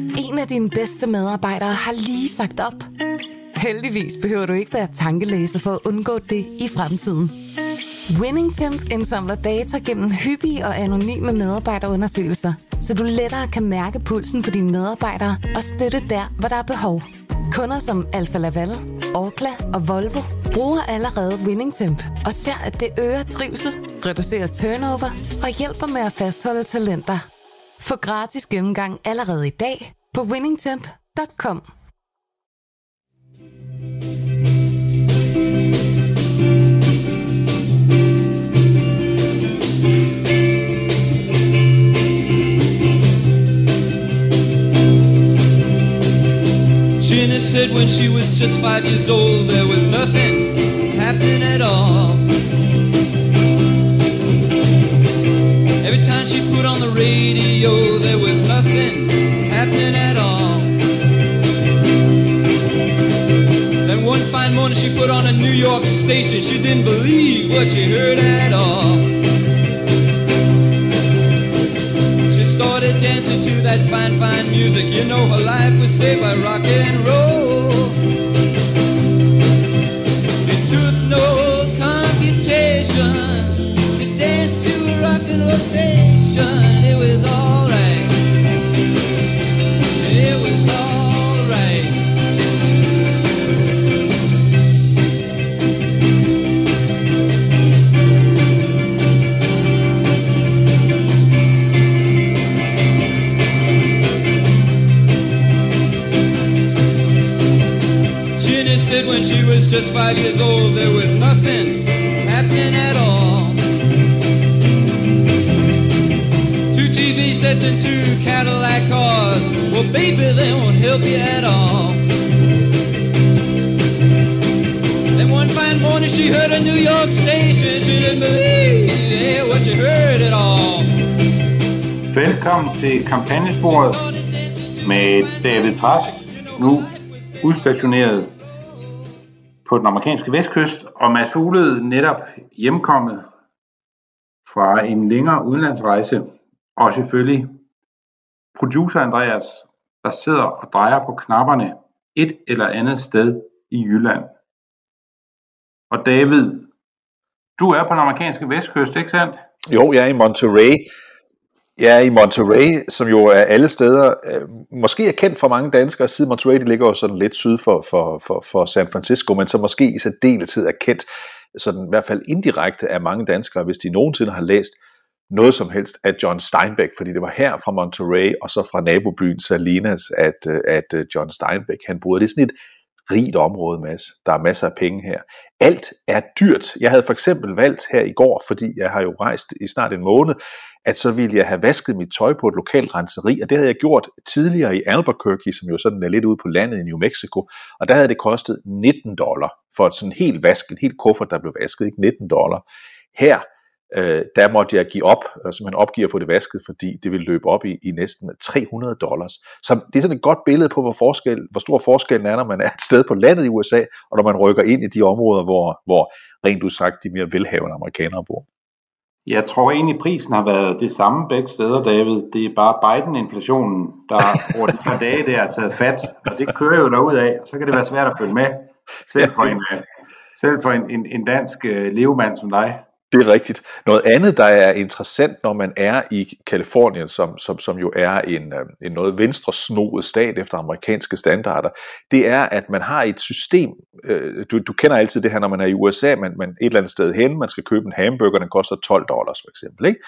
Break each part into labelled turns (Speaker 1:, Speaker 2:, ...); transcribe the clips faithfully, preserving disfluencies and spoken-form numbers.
Speaker 1: En af dine bedste medarbejdere har lige sagt op. Heldigvis behøver du ikke være tankelæser for at undgå det i fremtiden. WinningTemp indsamler data gennem hyppige og anonyme medarbejderundersøgelser, så du lettere kan mærke pulsen på dine medarbejdere og støtte der, hvor der er behov. Kunder som Alfa Laval, Orkla og Volvo bruger allerede WinningTemp og ser, at det øger trivsel, reducerer turnover og hjælper med at fastholde talenter. Få gratis gennemgang allerede i dag på winningtemp punktum com.
Speaker 2: Jenny said when she was just five years old, there was nothing happening at all. Every time she put on the radio, there was nothing happening at all. Then one fine morning she put on a New York station. She didn't believe what she heard at all. She started dancing to that fine, fine music. You know her life was saved by rock and roll. It took no computations to dance to a rock and roll station. It was all right. It was all right. Jenny said when she was just five years old, there was nothing happening at all. Two T V sets and two Cadillac cars, well baby they won't help you at all. Then one fine morning she heard a New York station. She didn't believe yeah, what she heard at all.
Speaker 3: Velkommen til kampagnesporet med David Trask, nu udstationeret på den amerikanske vestkyst, og Mads Fuglede netop hjemkommet fra en længere udenlandsrejse, og selvfølgelig producer Andreas, der sidder og drejer på knapperne et eller andet sted i Jylland. Og David, du er på den amerikanske vestkyst, ikke sandt?
Speaker 4: Jo, jeg er i Monterey. Jeg er i Monterey, som jo er alle steder, øh, måske er kendt for mange danskere, siden Monterey det ligger jo sådan lidt syd for, for, for, for San Francisco, men så måske i særdeleshed er kendt, sådan i hvert fald indirekte af mange danskere, hvis de nogensinde har læst noget som helst af John Steinbeck, fordi det var her fra Monterey og så fra nabobyen Salinas, at, at John Steinbeck han boede. Det er sådan et rigt område, Mads. Der er masser af penge her. Alt er dyrt. Jeg havde for eksempel valgt her i går, fordi jeg har jo rejst i snart en måned, at så ville jeg have vasket mit tøj på et lokalt renseri, og det havde jeg gjort tidligere i Albuquerque, som jo sådan er lidt ude på landet i New Mexico, og der havde det kostet nitten dollar for et sådan helt vasket, helt kuffert, der blev vasket, ikke nitten dollar. Her, øh, der måtte jeg give op, og simpelthen opgive at få det vasket, fordi det ville løbe op i, i næsten tre hundrede dollars. Så det er sådan et godt billede på, hvor, forskel, hvor stor forskellen er, når man er et sted på landet i U S A, og når man rykker ind i de områder, hvor, hvor rent udsagt de mere velhavende amerikanere bor.
Speaker 3: Jeg tror egentlig, prisen har været det samme begge steder, David. Det er bare Biden-inflationen, der over de par dage der har taget fat, og det kører jo derudad, og så kan det være svært at følge med, selv for en, selv for en, en, en dansk øh, levemand som dig.
Speaker 4: Det er rigtigt. Noget andet, der er interessant, når man er i Kalifornien, som, som, som jo er en, en noget venstresnoet stat efter amerikanske standarder, det er, at man har et system. Øh, du, du kender altid det her, når man er i U S A, man, man et eller andet sted hen, man skal købe en hamburger, den koster tolv dollars for eksempel, ikke?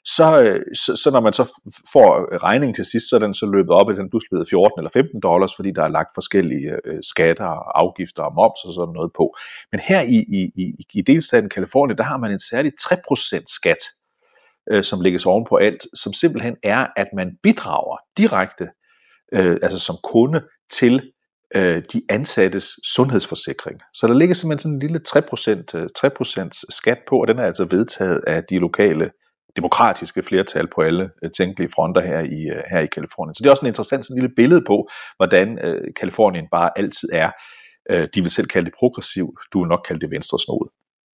Speaker 4: Så, så, så når man så får regningen til sidst, så er den så løbet op, at den pludselig blevet fjorten eller femten dollars, fordi der er lagt forskellige øh, skatter og afgifter og moms og sådan noget på. Men her i, i, i, i delstaten Kalifornien, der har man en særlig tre procent skat, øh, som lægges ovenpå alt, som simpelthen er, at man bidrager direkte, øh, altså som kunde, til øh, de ansattes sundhedsforsikring. Så der ligger simpelthen sådan en lille tre procent skat på, og den er altså vedtaget af de lokale demokratiske flertal på alle øh, tænkelige fronter her i, øh, her i Kalifornien. Så det er også en interessant sådan en lille billede på, hvordan øh, Kalifornien bare altid er. Øh, de vil selv kalde det progressiv, du vil nok kalde det venstresnoet.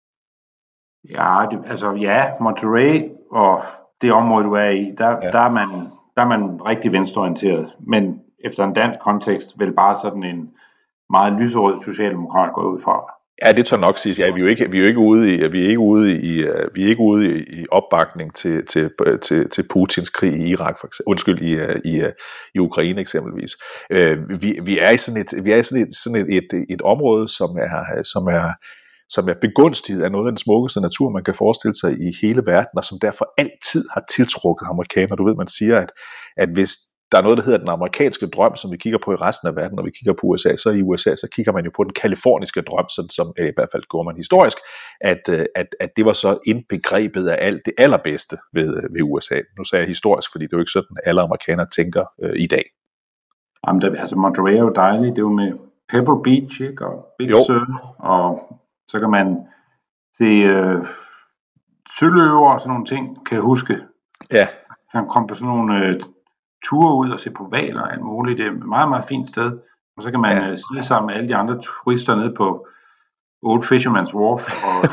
Speaker 3: Ja, det, altså ja, Monterey og det område, du er i, der, ja. der, er, man, der er man rigtig venstreorienteret. Men efter en dansk kontekst vel bare sådan en meget lyserød socialdemokrat går ud fra.
Speaker 4: Ja, det tør nok siges. Ja, vi er jo ikke, vi er jo ikke ude i, vi er ikke ude i, vi er ikke ude i, i opbakning til, til, til, til Putins krig i Irak, for eksempel. Undskyld, i, i, i Ukraine eksempelvis. Vi, vi er i sådan et, vi er i sådan et, sådan et, et, et område, som er, som er, som er begunstiget af noget af den smukkeste natur, man kan forestille sig i hele verden, og som derfor altid har tiltrukket amerikanere. Du ved, man siger, at, at hvis der er noget, der hedder den amerikanske drøm, som vi kigger på i resten af verden, når vi kigger på U S A, så i U S A, så kigger man jo på den kaliforniske drøm, sådan som i hvert fald gjorde man historisk, at, at, at det var så indbegrebet af alt det allerbedste ved, ved U S A. Nu sagde jeg historisk, fordi det er jo ikke sådan, at alle amerikanere tænker øh, i dag.
Speaker 3: Jamen, der, altså Monterey er jo dejligt, det er jo med Pebble Beach, ikke? Og Big Sur, og så kan man se øh, søløver og sådan nogle ting, kan jeg huske.
Speaker 4: Ja.
Speaker 3: Han kom på sådan nogle øh, ture ud og se på hvaler og alt muligt. Det er et meget, meget fint sted. Og så kan man ja. øh, sidde sammen med alle de andre turister nede på Old Fisherman's Wharf og,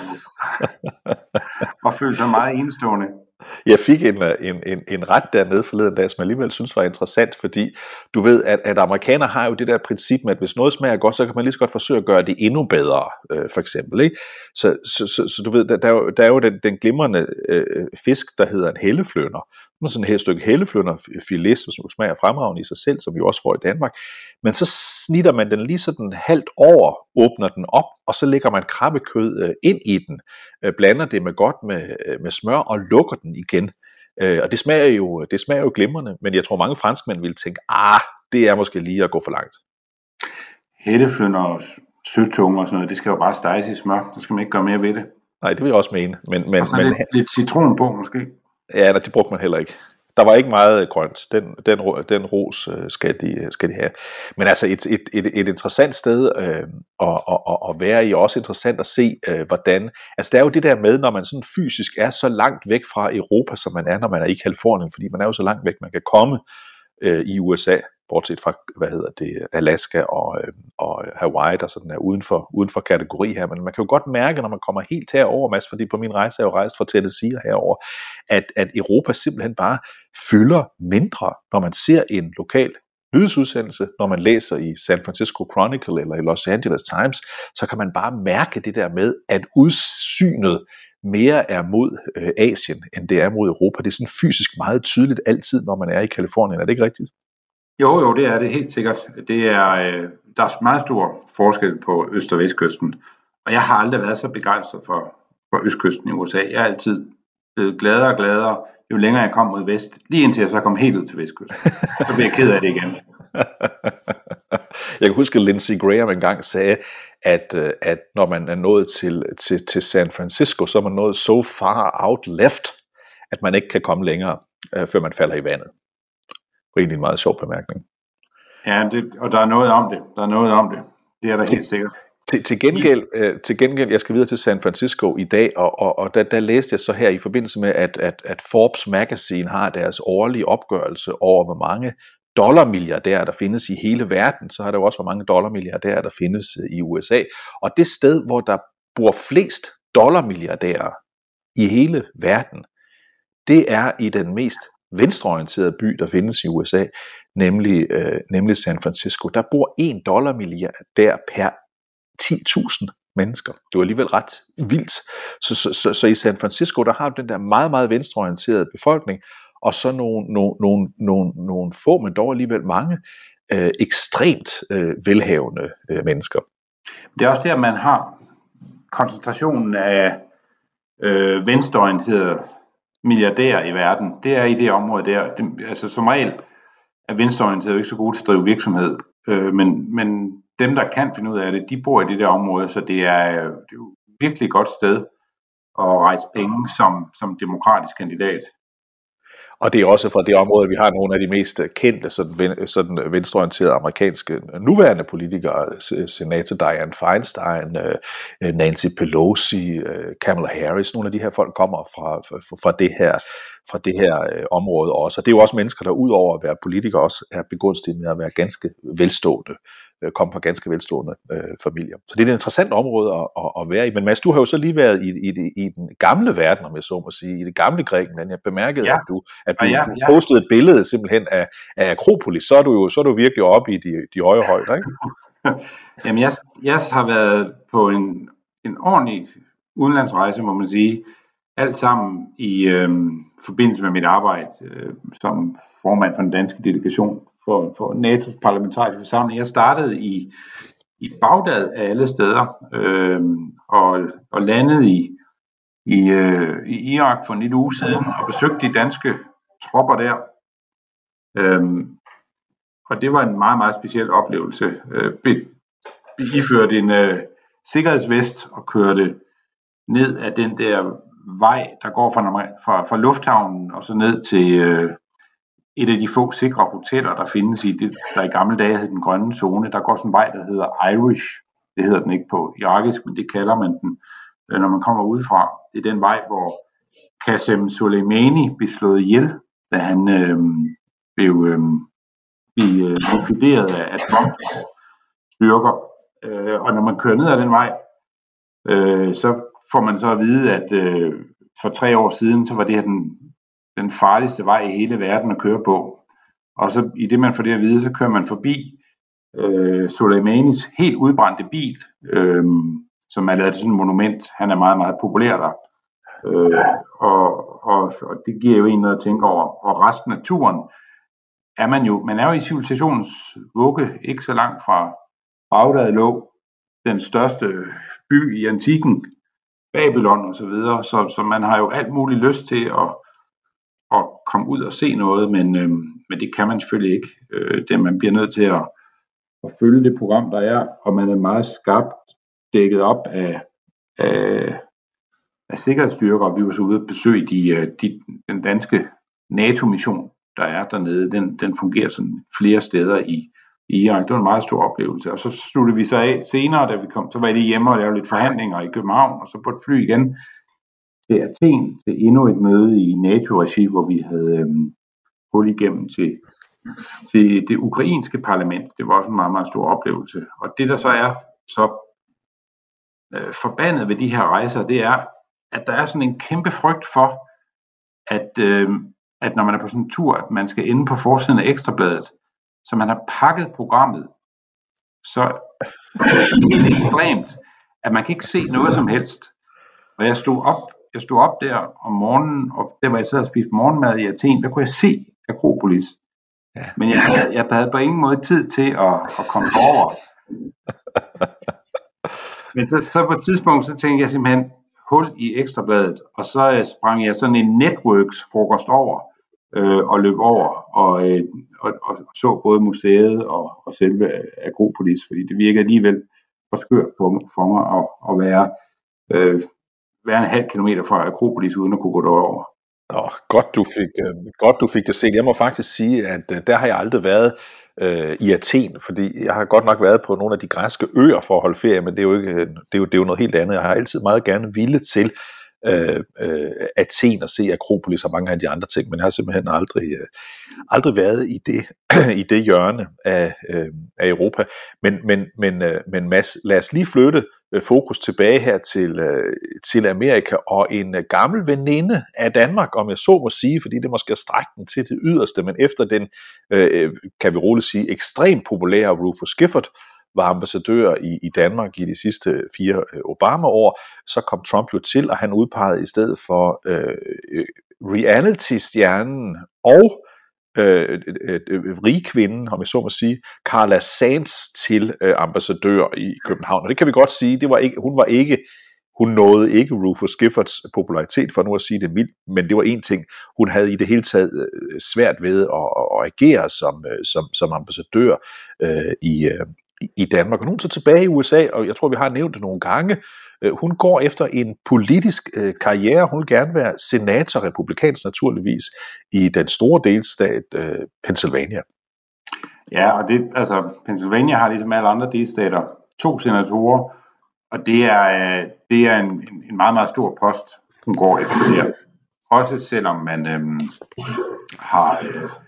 Speaker 3: og føle sig meget enestående.
Speaker 4: Jeg fik en, en, en, en ret dernede forleden dag, som jeg alligevel synes var interessant, fordi du ved, at, at amerikanere har jo det der princip med, at hvis noget smager godt, så kan man lige så godt forsøge at gøre det endnu bedre, øh, for eksempel. Ikke? Så, så, så, så du ved, der, der, er jo, der er jo den, den glimrende øh, fisk, der hedder en helleflønder. Nu sådan et stykke helleflønder filet, som smager fremragende i sig selv, som vi også får i Danmark. Men så snitter man den lige sådan halvt over, åbner den op, og så lægger man krabbekød øh, ind i den, øh, blander det med godt med, øh, med smør og lukker den igen. Øh, og det smager, jo, det smager jo glimrende, men jeg tror mange franskmænd ville tænke, ah, det er måske lige at gå for langt.
Speaker 3: Helleflønder og sødtunge og sådan noget, det skal jo bare steges i smør, så skal man ikke gøre mere ved det.
Speaker 4: Nej, det vil jeg også mene. Men, men,
Speaker 3: og så
Speaker 4: men,
Speaker 3: lidt, lidt citron på måske.
Speaker 4: Ja, det brugte man heller ikke. Der var ikke meget grønt. Den, den, den ros skal de, skal de have. Men altså et, et, et, et interessant sted øh, at, at, at være i, og også interessant at se, øh, hvordan... Altså der er jo det der med, når man sådan fysisk er så langt væk fra Europa, som man er, når man er i Kalifornien, fordi man er jo så langt væk, man kan komme øh, i U S A, bortset fra, hvad hedder det, Alaska og, øh, og Hawaii, der sådan er uden for, uden for kategori her. Men man kan jo godt mærke, når man kommer helt herover, Mads, fordi på min rejse er jeg jo rejst fra Tennessee herover, at, at Europa simpelthen bare fylder mindre, når man ser en lokal nyhedsudsendelse, når man læser i San Francisco Chronicle eller i Los Angeles Times, så kan man bare mærke det der med, at udsynet mere er mod øh, Asien, end det er mod Europa. Det er sådan fysisk meget tydeligt altid, når man er i Kalifornien. Er det ikke rigtigt?
Speaker 3: Jo, jo, det er det helt sikkert. Det er, øh, der er meget stor forskel på øst- og vestkysten, og jeg har aldrig været så begejstret for, for østkysten i U S A. Jeg er altid blevet gladere og gladere, jo længere jeg kom mod vest, lige indtil jeg så kom helt ud til vestkysten. Så bliver jeg ked af det igen.
Speaker 4: Jeg kan huske, at Lindsey Graham engang sagde, at, at når man er nået til, til, til San Francisco, så er man nået so far out left, at man ikke kan komme længere, øh, før man falder i vandet. Det er egentlig en meget sjov bemærkning.
Speaker 3: Ja, det, og der er noget om det. Der er noget om det. Det er der helt sikkert.
Speaker 4: Til, til, gengæld, øh, til gengæld, jeg skal videre til San Francisco i dag, og, og, og der, der læste jeg så her i forbindelse med, at, at, at Forbes Magazine har deres årlige opgørelse over, hvor mange dollarmilliardærer, der findes i hele verden. Så har der jo også, hvor mange dollarmilliardærer, der findes i U S A. Og det sted, hvor der bor flest dollarmilliardærer i hele verden, det er i den mest venstreorienterede by, der findes i U S A, nemlig, øh, nemlig San Francisco. Der bor en dollarmilliardær per ti tusind mennesker. Det er alligevel ret vildt. Så, så, så, så i San Francisco, der har du den der meget, meget venstreorienterede befolkning, og så nogle, nogle, nogle, nogle, nogle få, men dog alligevel mange, øh, ekstremt øh, velhavende øh, mennesker.
Speaker 3: Det er også der, man har koncentrationen af øh, venstreorienterede milliardærer i verden. Det er i det område der. Det, altså som regel er venstreorienterede jo ikke så gode til at drive virksomhed, øh, men, men dem, der kan finde ud af det, de bor i det der område, så det er, det er jo virkelig et godt sted at rejse penge som, som demokratisk kandidat.
Speaker 4: Og det er også fra det område, vi har nogle af de mest kendte sådan, sådan venstreorienterede amerikanske nuværende politikere, senator Dianne Feinstein, Nancy Pelosi, Kamala Harris. Nogle af de her folk kommer fra, fra, fra det her, fra det her område også. Og det er jo også mennesker, der udover at være politikere, også er begunstiget med at være ganske velstående øh, kom fra ganske velstående øh, familier. Så det er et interessant område at, at, at være i. Men Mads, du har jo så lige været i, i, i den gamle verden, om jeg så må sige, i det gamle Grækenland. Jeg bemærkede, ja. at du, at du, ja, ja, ja. du postede et billede simpelthen af, af Akropolis. Så er du jo så er du virkelig oppe i de, de høje højder, ikke?
Speaker 3: Jamen, jeg, jeg har været på en, en ordentlig udenlandsrejse, må man sige. Alt sammen i øh, forbindelse med mit arbejde øh, som formand for den danske delegation for, for N A T O's parlamentariske forsamling. Jeg startede i, i Bagdad af alle steder øh, og, og landede i, i, øh, i Irak for en lille uge siden og besøgte de danske tropper der. Øh, og det var en meget, meget speciel oplevelse. Øh, vi iførte en øh, sikkerhedsvest og kørte ned af den der vej, der går fra, fra, fra lufthavnen og så ned til øh, et af de få sikre hoteller, der findes i det, der i gamle dage hed den grønne zone. Der går sådan en vej, der hedder Irish. Det hedder den ikke på irakisk, men det kalder man den, øh, når man kommer udefra. Det er den vej, hvor Qasem Soleimani blev slået ihjel, da han øh, blev, øh, blev øh, likvideret af Trumps styrker. Øh, og når man kører ned ad den vej, øh, så får man så at vide, at øh, for tre år siden, så var det her den, den farligste vej i hele verden at køre på. Og så i det, man får det at vide, så kører man forbi øh, Soleimanis helt udbrændte bil, øh, som er lavet til sådan et monument. Han er meget, meget populær der. Øh, og, og, og det giver jo en noget at tænke over. Og resten af turen er man jo, man er jo i civilisationens vugge, ikke så langt fra Bagdad lå den største by i antikken, Babylon og så videre, så, så man har jo alt muligt lyst til at, at komme ud og se noget, men, øh, men det kan man selvfølgelig ikke. Øh, det, man bliver nødt til at, at følge det program, der er, og man er meget skarpt dækket op af, af, af sikkerhedsstyrker, og vi var så ude at besøge de, de, den danske NATO-mission, der er dernede. Den, den fungerer sådan flere steder i i Irak. Det var en meget stor oplevelse. Og så sluttede vi så af senere, da vi kom, så var jeg lige hjemme og lavede lidt forhandlinger i København, og så på et fly igen til Athen, til endnu et møde i NATO-regi, hvor vi havde øhm, hul igennem til, til det ukrainske parlament. Det var også en meget, meget stor oplevelse. Og det, der så er så øh, forbandet ved de her rejser, det er, at der er sådan en kæmpe frygt for, at, øh, at når man er på sådan en tur, at man skal ende på forsiden af Ekstrabladet. Så man har pakket programmet så helt ekstremt, at man kan ikke se noget som helst. Og jeg stod op, jeg stod op der om morgenen, og der var jeg sad og spiste morgenmad i Athen, der kunne jeg se Akropolis. Ja. Men jeg, jeg, jeg havde på ingen måde tid til at, at komme over. Men så, så på et tidspunkt, så tænkte jeg simpelthen hul i Ekstrabladet, og så sprang jeg sådan en Networks-frokost over, Øh, og løb over og, øh, og, og så både museet og, og selve Akropolis, fordi det virker alligevel for skørt på, for mig at, at være, øh, være en halv kilometer fra Akropolis uden at kunne gå derover.
Speaker 4: Nå, godt du fik, øh, godt du fik det set. Jeg må faktisk sige, at øh, der har jeg aldrig været øh, i Athen, fordi jeg har godt nok været på nogle af de græske øer for at holde ferie, men det er jo, ikke, det er jo, det er jo noget helt andet. Jeg har altid meget gerne ville til Øh, øh, Athen og se Akropolis og mange af de andre ting, men jeg har simpelthen aldrig, øh, aldrig været i det, i det hjørne af, øh, af Europa. Men, men, men, øh, men Mads, lad os lige flytte øh, fokus tilbage her til, øh, til Amerika og en øh, gammel veninde af Danmark, om jeg så må sige, fordi det måske er strække den til det yderste, men efter den, øh, kan vi roligt sige, ekstremt populære Rufus Gifford var ambassadør i, i Danmark i de sidste fire Obama-år, så kom Trump jo til, og han udpegede i stedet for øh, reality-stjernen og øh, øh, øh, rigkvinden, om jeg så må sige, Carla Sands til øh, ambassadør i København. Og det kan vi godt sige, det var ikke, hun var ikke, hun nåede ikke Rufus Giffords popularitet, for nu at sige det mildt, men det var en ting, hun havde i det hele taget svært ved at, at agere som, som, som ambassadør øh, i i Danmark, og nu er så tilbage i U S A, og jeg tror, vi har nævnt det nogle gange. Hun går efter en politisk karriere. Hun vil gerne være senator, republikansk naturligvis, i den store delstat Pennsylvania.
Speaker 3: Ja, og det, altså, Pennsylvania har ligesom alle andre delstater to senatorer, og det er, det er en, en meget, meget stor post, hun går efter der. Også selvom man øhm, har... Øh,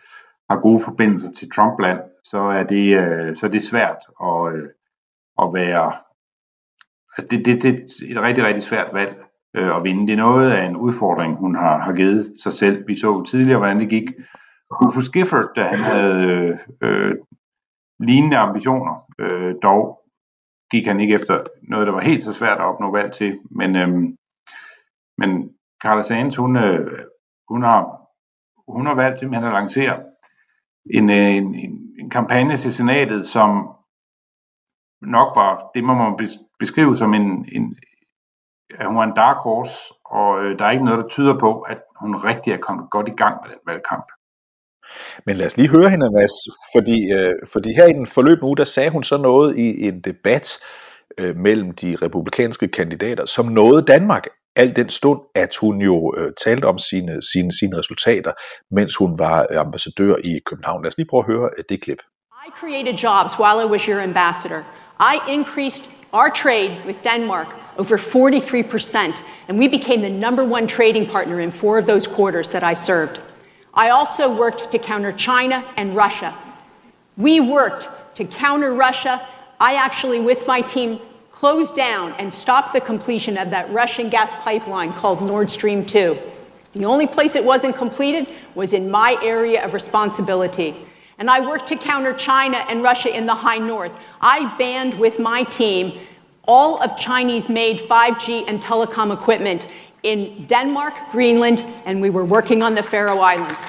Speaker 3: har gode forbindelser til Trumpland, så er det, øh, så er det svært at, øh, at være... Altså det, det, det er et rigtig, rigtig svært valg øh, at vinde. Det er noget af en udfordring, hun har, har givet sig selv. Vi så tidligere, hvordan det gik Rufus Gifford, da han havde øh, øh, lignende ambitioner. Øh, dog gik han ikke efter noget, der var helt så svært at opnå valg til. Men, øh, men Carla Sands, hun, øh, hun, har, hun har valgt simpelthen at lancere en, en, en, en kampagne til senatet, som nok var, det må man beskrive som en, en at hun var en dark horse, og øh, der er ikke noget, der tyder på, at hun rigtig er kommet godt i gang med den valgkamp.
Speaker 4: Men lad os lige høre hende, Mads, fordi, øh, fordi her i den forløb nu, der sagde hun så noget i en debat øh, mellem de republikanske kandidater, som nåede Danmark, al den stund, at hun jo øh, talte om sine, sine, sine resultater, mens hun var ambassadør i København. Lad os lige prøve at høre det klip.
Speaker 5: I created jobs while I was your ambassador. I increased our trade with Denmark over forty-three percent, and we became the number one trading partner in four of those quarters that I served. I also worked to counter China and Russia. We worked to counter Russia. I actually, with my team, closed down and stopped the completion of that Russian gas pipeline called Nord Stream two. The only place it wasn't completed was in my area of responsibility. And I worked to counter China and Russia in the high north. I banned with my team all of Chinese-made five G and telecom equipment in Denmark, Greenland, and we were working on the Faroe Islands.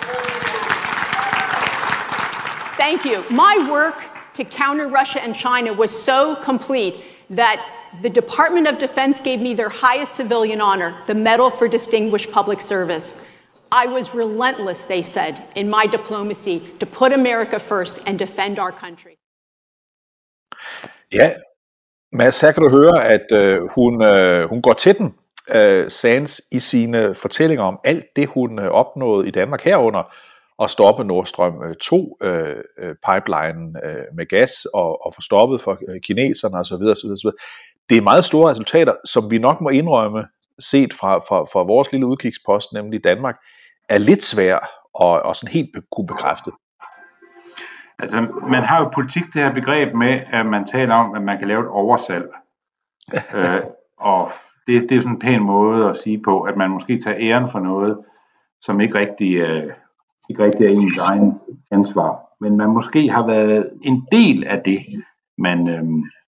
Speaker 5: Thank you. My work to counter Russia and China was so complete that the Department of Defense gave me their highest civilian honor, the Medal for Distinguished Public Service. I was relentless, they said, in my diplomacy to put America first and defend our country.
Speaker 4: Ja, Mads, her kan du høre, at øh, hun, øh, hun går til den, øh, Sands, i sine fortællinger om alt det, hun øh, opnåede i Danmark herunder, og stoppe Nord Stream to øh, pipeline øh, med gas, og, og få stoppet for øh, kineserne osv. osv. Det er meget store resultater, som vi nok må indrømme, set fra, fra, fra vores lille udkigspost, nemlig Danmark, er lidt svær at, at sådan helt kunne bekræfte.
Speaker 3: Altså, man har jo politik det her begreb med, at man taler om, at man kan lave et oversalg. øh, og det, det er sådan en pæn måde at sige på, at man måske tager æren for noget, som ikke rigtig, øh, ikke rigtig er ens egen ansvar. Men man måske har været en del af det, man, øh,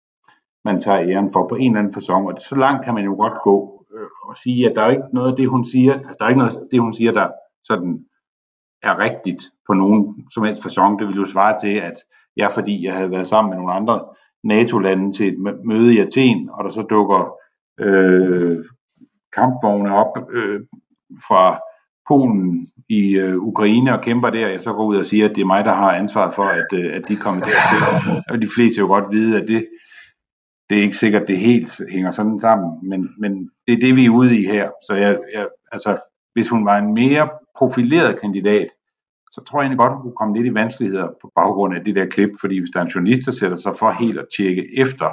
Speaker 3: man tager æren for på en eller anden facon. Og så langt kan man jo godt gå øh, og sige, at der er ikke noget af det, hun siger, altså, der er ikke noget af det, hun siger, der sådan er rigtigt på nogen som helst facon. Det vil jo svare til, at jeg, fordi jeg havde været sammen med nogle andre NATO-lande til et møde i Athen, og der så dukker øh, kampvogne op øh, fra Polen i øh, Ukraine og kæmper der, jeg så går ud og siger, at det er mig, der har ansvaret for, at, øh, at de kommer dertil. Og de fleste jo godt vide, at det, det er ikke sikkert, det helt hænger sådan sammen, men, men det er det, vi er ude i her. Så jeg, jeg, altså, hvis hun var en mere profileret kandidat, så tror jeg egentlig godt, hun kunne komme lidt i vanskeligheder på baggrund af det der klip, fordi hvis der er en journalist, der sætter sig for helt at tjekke efter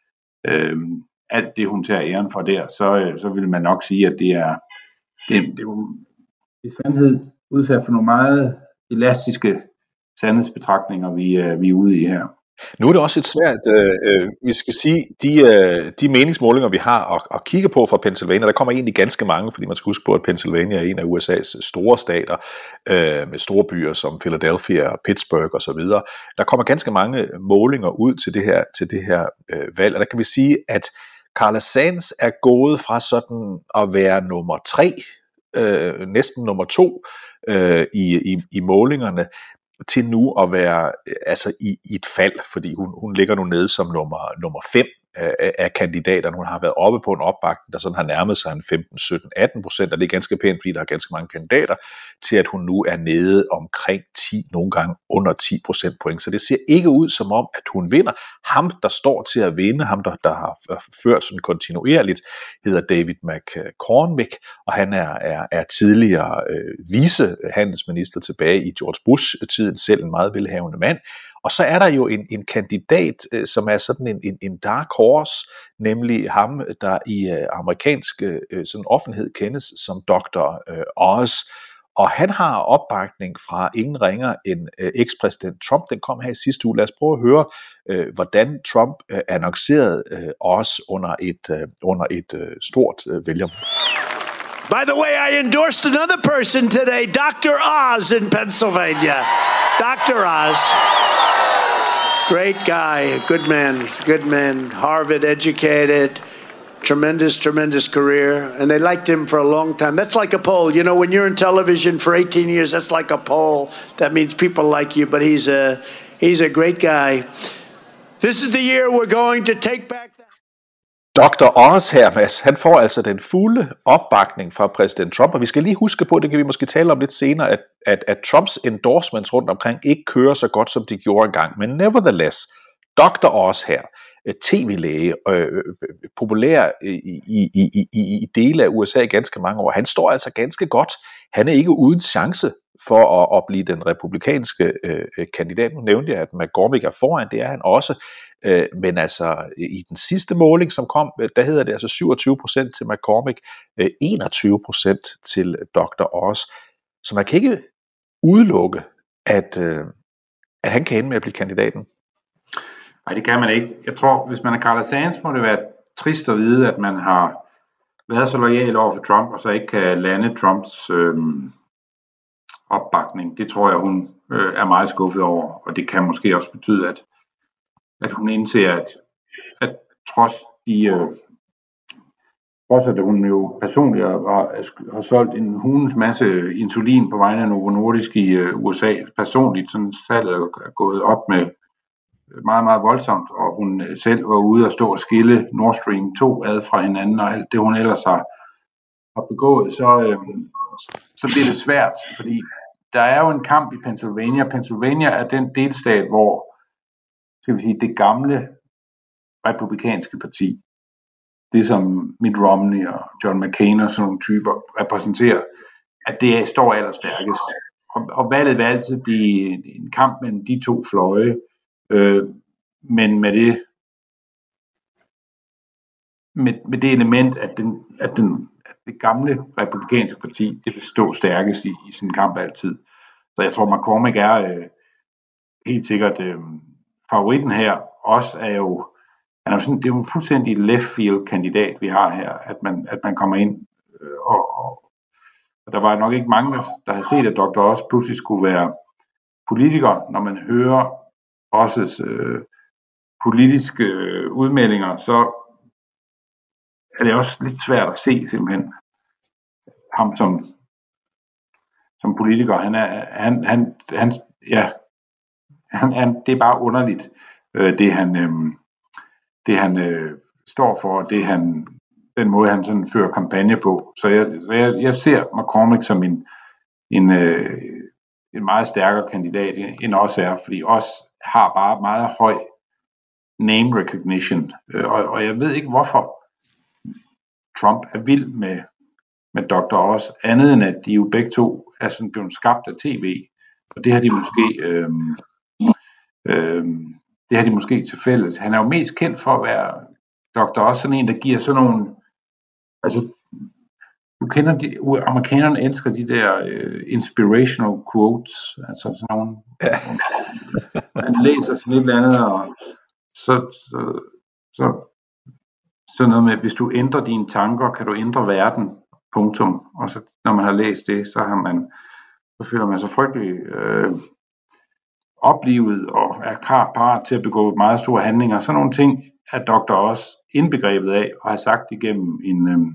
Speaker 3: øh, alt det, hun tager æren for der, så, øh, så vil man nok sige, at det er, det, det er jo i sandhed udsat for nogle meget elastiske sandhedsbetragtninger, vi, øh, vi er ude i her.
Speaker 4: Nu er det også et svært, øh, vi skal sige, de, øh, de meningsmålinger, vi har at, at kigge på fra Pennsylvania, der kommer egentlig ganske mange, fordi man skal huske på, at Pennsylvania er en af U S A's store stater, øh, med store byer som Philadelphia, Pittsburgh osv. Der kommer ganske mange målinger ud til det her, til det her øh, valg, og der kan vi sige, at Carla Sands er gået fra sådan at være nummer tre, øh, næsten nummer to øh, i, i, i målingerne, til nu at være altså i, i et fald, fordi hun, hun ligger nu nede som nummer, nummer fem af, af kandidaterne. Hun har været oppe på en opbakning, der sådan har nærmet sig en femten, sytten, atten procent, og det er ganske pænt, fordi der er ganske mange kandidater, til at hun nu er nede omkring ti, nogle gange under ti procentpoint. Så det ser ikke ud som om, at hun vinder. Ham, der står til at vinde, ham, der, der har ført sådan kontinuerligt, hedder David McCormick, og han er, er, er tidligere øh, vicehandelsminister tilbage i George Bush-tiden, selv en meget velhavende mand. Og så er der jo en, en kandidat, øh, som er sådan en, en, en dark horse, nemlig ham, der i øh, amerikansk øh, sådan offentlighed kendes som doktor øh, Oz. Og han har opbakning fra ingen ringer end øh, ekspræsident Trump. Den kom her i sidste uge. Lad os prøve at høre, øh, hvordan Trump øh, annoncerede øh, os under et, øh, under et øh, stort øh, vælgermøde.
Speaker 6: By the way, I endorsed another person today, Doctor Oz in Pennsylvania. Doctor Oz. Great guy, good man, good man, Harvard educated, tremendous, tremendous career, and they liked him for a long time. That's like a poll. You know, when you're in television for eighteen years, that's like a poll. That means people like you, but he's a, he's a great guy. This is the year we're going to take back the...
Speaker 4: doktor Oz her, Mads, han får altså den fulde opbakning fra præsident Trump, og vi skal lige huske på, det kan vi måske tale om lidt senere, at, at, at Trumps endorsements rundt omkring ikke kører så godt, som de gjorde engang. Men nevertheless, doktor Oz her, tv-læge, øh, populær i, i, i, i, i dele af U S A i ganske mange år, han står altså ganske godt. Han er ikke uden chance for at, at blive den republikanske øh, kandidat. Nu nævnte jeg, at McCormick er foran, det er han også. Øh, men altså, i den sidste måling, som kom, der hedder det altså syvogtyve procent til McCormick, øh, enogtyve procent til doktor Oz. Så man kan ikke udelukke, at, øh, at han kan ende med at blive kandidaten.
Speaker 3: Nej, det kan man ikke. Jeg tror, hvis man er Carla Sands, må det være trist at vide, at man har været så loyal over for Trump, og så ikke kan lande Trumps øh, opbakning. Det tror jeg, hun øh, er meget skuffet over, og det kan måske også betyde, at, at hun indser, at, at trods de... Øh, trods at hun jo personligt har, har solgt en hundens masse insulin på vegne af Novo Nordisk i øh, U S A, personligt, sådan salget er gået op med meget, meget voldsomt, og hun selv var ude og stå og skille Nord Stream to ad fra hinanden, og alt det, hun ellers har, har begået, så, øhm, så bliver det svært, fordi der er jo en kamp i Pennsylvania. Pennsylvania er den delstat, hvor skal vi sige, det gamle republikanske parti, det som Mitt Romney og John McCain og sådan nogle typer repræsenterer, at det står allerstærkest. Og, og valget vil altid blive en kamp mellem de to fløje, Øh, men med det med, med det element, at, den, at, den, at det gamle republikanske parti, det vil stå stærkest i, i sin kamp altid. Så jeg tror, McCormick er øh, helt sikkert øh, favoritten her. Også er jo, han er jo sådan, det er jo en fuldstændig left field kandidat, vi har her, at man, at man kommer ind, øh, og, og, og der var nok ikke mange, der havde set, at doktor også pludselig skulle være politiker, når man hører også øh, politiske øh, udmeldinger, så er det også lidt svært at se simpelthen ham som, som politiker. Han er, han, han, han, ja, han, han, det er bare underligt, øh, det han, øh, det han øh, står for, og det han, den måde han sådan fører kampagne på. Så jeg, så jeg, jeg ser McCormick som en, en, øh, en meget stærkere kandidat end os er, fordi os har bare meget høj name recognition, og, og jeg ved ikke hvorfor Trump er vild med, med doktor Oz, andet end at de jo begge to er sådan blevet skabt af tv, og det har de måske øhm, øhm, det har de måske til fælles. Han er jo mest kendt for at være doktor Oz, sådan en, der giver sådan nogle, altså du kender de, amerikanerne elsker de der uh, inspirational quotes, altså sådan nogle, ja. Man læser sådan et eller andet, og så, så, så, så noget med, hvis du ændrer dine tanker, kan du ændre verden, punktum, og så når man har læst det, så har man, så føler man sig frygtelig øh, oplivet, og er klar parat til at begå meget store handlinger, sådan nogle ting er doktor også indbegrebet af, og har sagt igennem en øh,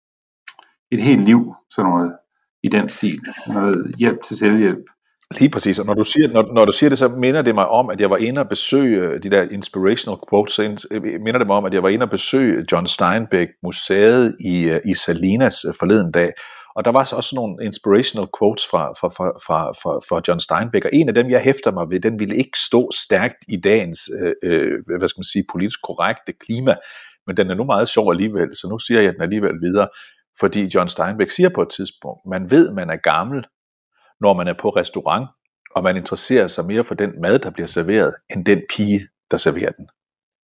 Speaker 3: et helt liv, sådan noget i den stil. Noget hjælp til selvhjælp.
Speaker 4: Lige præcis, og når du, siger, når, når du siger det, så minder det mig om, at jeg var inde og besøge de der inspirational quotes, så minder det mig om, at jeg var inde og besøge John Steinbeck museet i, i Salinas forleden dag, og der var så også nogle inspirational quotes fra, fra, fra, fra, fra, fra John Steinbeck, og en af dem, jeg hæfter mig ved, den ville ikke stå stærkt i dagens, øh, hvad skal man sige, politisk korrekte klima, men den er nu meget sjov alligevel, så nu siger jeg den alligevel videre. Fordi John Steinbeck siger på et tidspunkt, man ved, man er gammel, når man er på restaurant, og man interesserer sig mere for den mad, der bliver serveret, end den pige, der serverer den.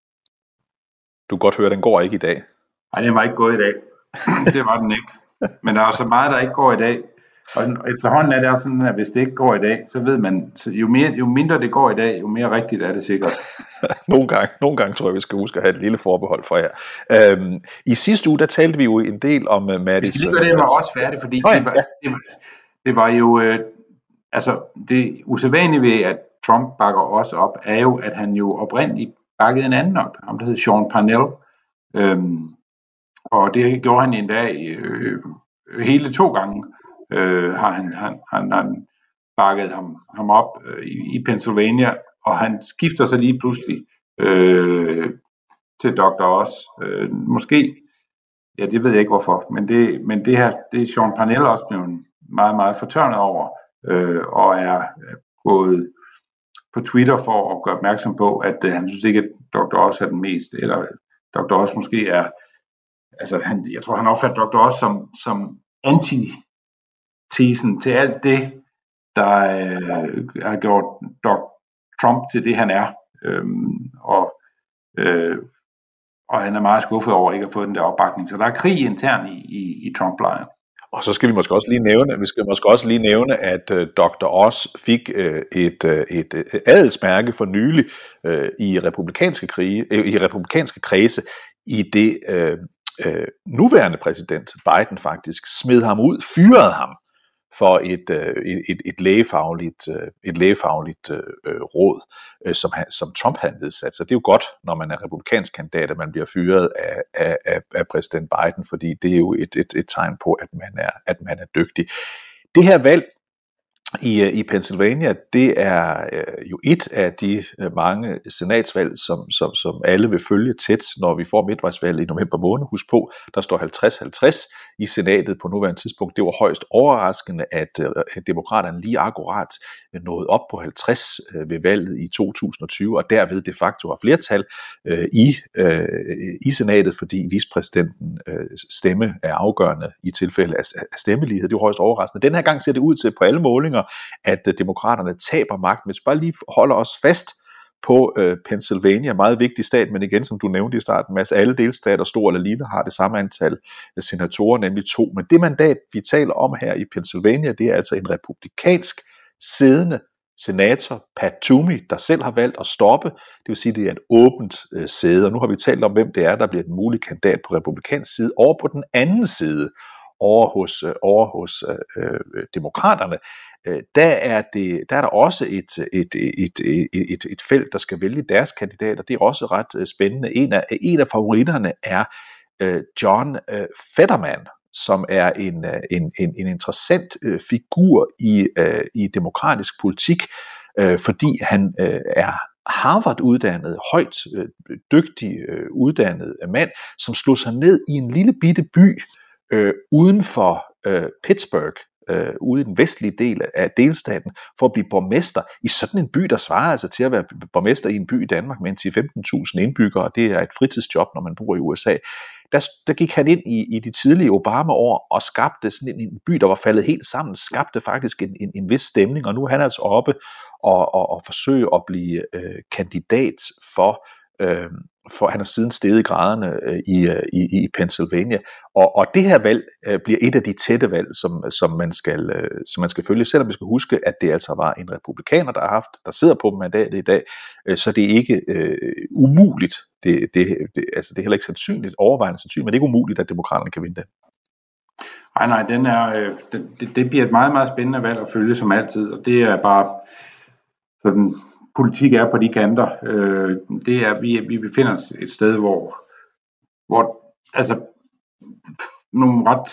Speaker 4: Du kan godt høre, den går ikke i dag.
Speaker 3: Nej, den var ikke gået i dag. Det var den ikke. Men der er så meget, der ikke går i dag. Og efterhånden er det også sådan, at hvis det ikke går i dag, så ved man, jo, mere, jo mindre det går i dag, jo mere rigtigt er det sikkert.
Speaker 4: nogle, gange, nogle gange tror jeg, vi skal huske at have et lille forbehold for jer. Øhm, I sidste uge, der talte vi jo en del om uh, Mattis...
Speaker 3: Hvis vi gør det, var også færdigt, fordi
Speaker 4: Nå, ja,
Speaker 3: det, var, det, var, det var jo... Øh, altså, det usædvanlige ved, at Trump bakker også op, er jo, at han jo oprindeligt bakkede en anden op, ham der hed Sean Parnell. Øhm, og det gjorde han endda øh, hele to gange. Øh, har han, han, han, han bakket ham, ham op øh, i, i Pennsylvania, og han skifter så lige pludselig øh, til doktor Oz. Øh, måske, ja det ved jeg ikke hvorfor, men det, men det her, det er Sean Parnell også blevet meget, meget fortørnet over, øh, og er gået på Twitter for at gøre opmærksom på, at øh, han synes ikke, at doktor Oz er den mest, eller doktor Oz måske er, altså han, jeg tror han opfatter doktor Oz som, som anti tesen til alt det, der øh, har gjort doktor Trump til det, han er. Øhm, og, øh, og han er meget skuffet over ikke at få den der opbakning. Så der er krig intern i, i, i Trump-lejren.
Speaker 4: Og så skal vi måske også lige nævne, vi skal måske også lige nævne, at uh, doktor Oz fik uh, et, uh, et, et adelsmærke for nylig uh, i republikanske krige, uh, i republikanske kredse, i det uh, uh, nuværende præsident Biden faktisk smed ham ud, fyrede ham for et, et, et, et lægefagligt, et lægefagligt øh, råd, øh, som, han, som Trump havde nedsat. Så det er jo godt, når man er republikansk kandidat, at man bliver fyret af, af, af præsident Biden, fordi det er jo et, et, et tegn på, at man, er, at man er dygtig. Det her valg i, i Pennsylvania, det er øh, jo et af de øh, mange senatsvalg, som, som, som alle vil følge tæt, når vi får midtvejsvalget i november måned. Husk på, der står halvtreds halvtreds i senatet på nuværende tidspunkt. Det var højst overraskende, at, øh, at demokraterne lige akkurat nåede op på halvtreds øh, ved valget i to tusind og tyve, og derved de facto har flertal øh, i, øh, i senatet, fordi vicepræsidenten øh, stemme er afgørende i tilfælde af, af stemmelighed. Det er højst overraskende. Den her gang ser det ud til på alle målinger, at demokraterne taber magt. Hvis vi bare lige holder os fast på øh, Pennsylvania, meget vigtig stat, men igen, som du nævnte i starten, Mads, alle delstater, store eller lille, har det samme antal senatorer, nemlig to. Men det mandat, vi taler om her i Pennsylvania, det er altså en republikansk siddende senator, Pat Toomey, der selv har valgt at stoppe. Det vil sige, det er et åbent øh, sæde, og nu har vi talt om, hvem det er, der bliver den mulige kandidat på republikansk side. Over på den anden side, over hos, over hos øh, demokraterne, øh, der, er det, der er der også et, et, et, et, et, et felt, der skal vælge deres kandidater. Det er også ret øh, spændende. En af, en af favoritterne er øh, John øh, Fetterman, som er en, en, en, en interessant øh, figur i, øh, i demokratisk politik, øh, fordi han øh, er Harvard-uddannet, højt øh, dygtig øh, uddannet mand, som slog sig ned i en lille bitte by, Øh, uden for øh, Pittsburgh, øh, ude i den vestlige del af delstaten, for at blive borgmester i sådan en by, der svarer altså til at være borgmester i en by i Danmark med en ti til femten tusind indbyggere. Det er et fritidsjob, når man bor i U S A. Der, der gik han ind i, i de tidlige Obama-år og skabte sådan en, en by, der var faldet helt sammen, skabte faktisk en, en, en vis stemning, og nu er han altså oppe og, og, og forsøge at blive øh, kandidat for øh, for han har siden steget i graderne øh, i, i, i Pennsylvania. Og, og det her valg øh, bliver et af de tætte valg, som, som, man skal, øh, som man skal følge, selvom vi skal huske, at det altså var en republikaner, der har haft, der sidder på mandatet i dag, øh, så det er ikke øh, umuligt, det, det, det, altså det er heller ikke sandsynligt, overvejende sandsynligt, men det er ikke umuligt, at demokraterne kan vinde det.
Speaker 3: Nej, nej, den er, øh, det, det bliver et meget, meget spændende valg at følge som altid, og det er bare sådan, politik er på de kanter. Øh, det er, vi, vi befinder os et sted, hvor, hvor altså, nogle ret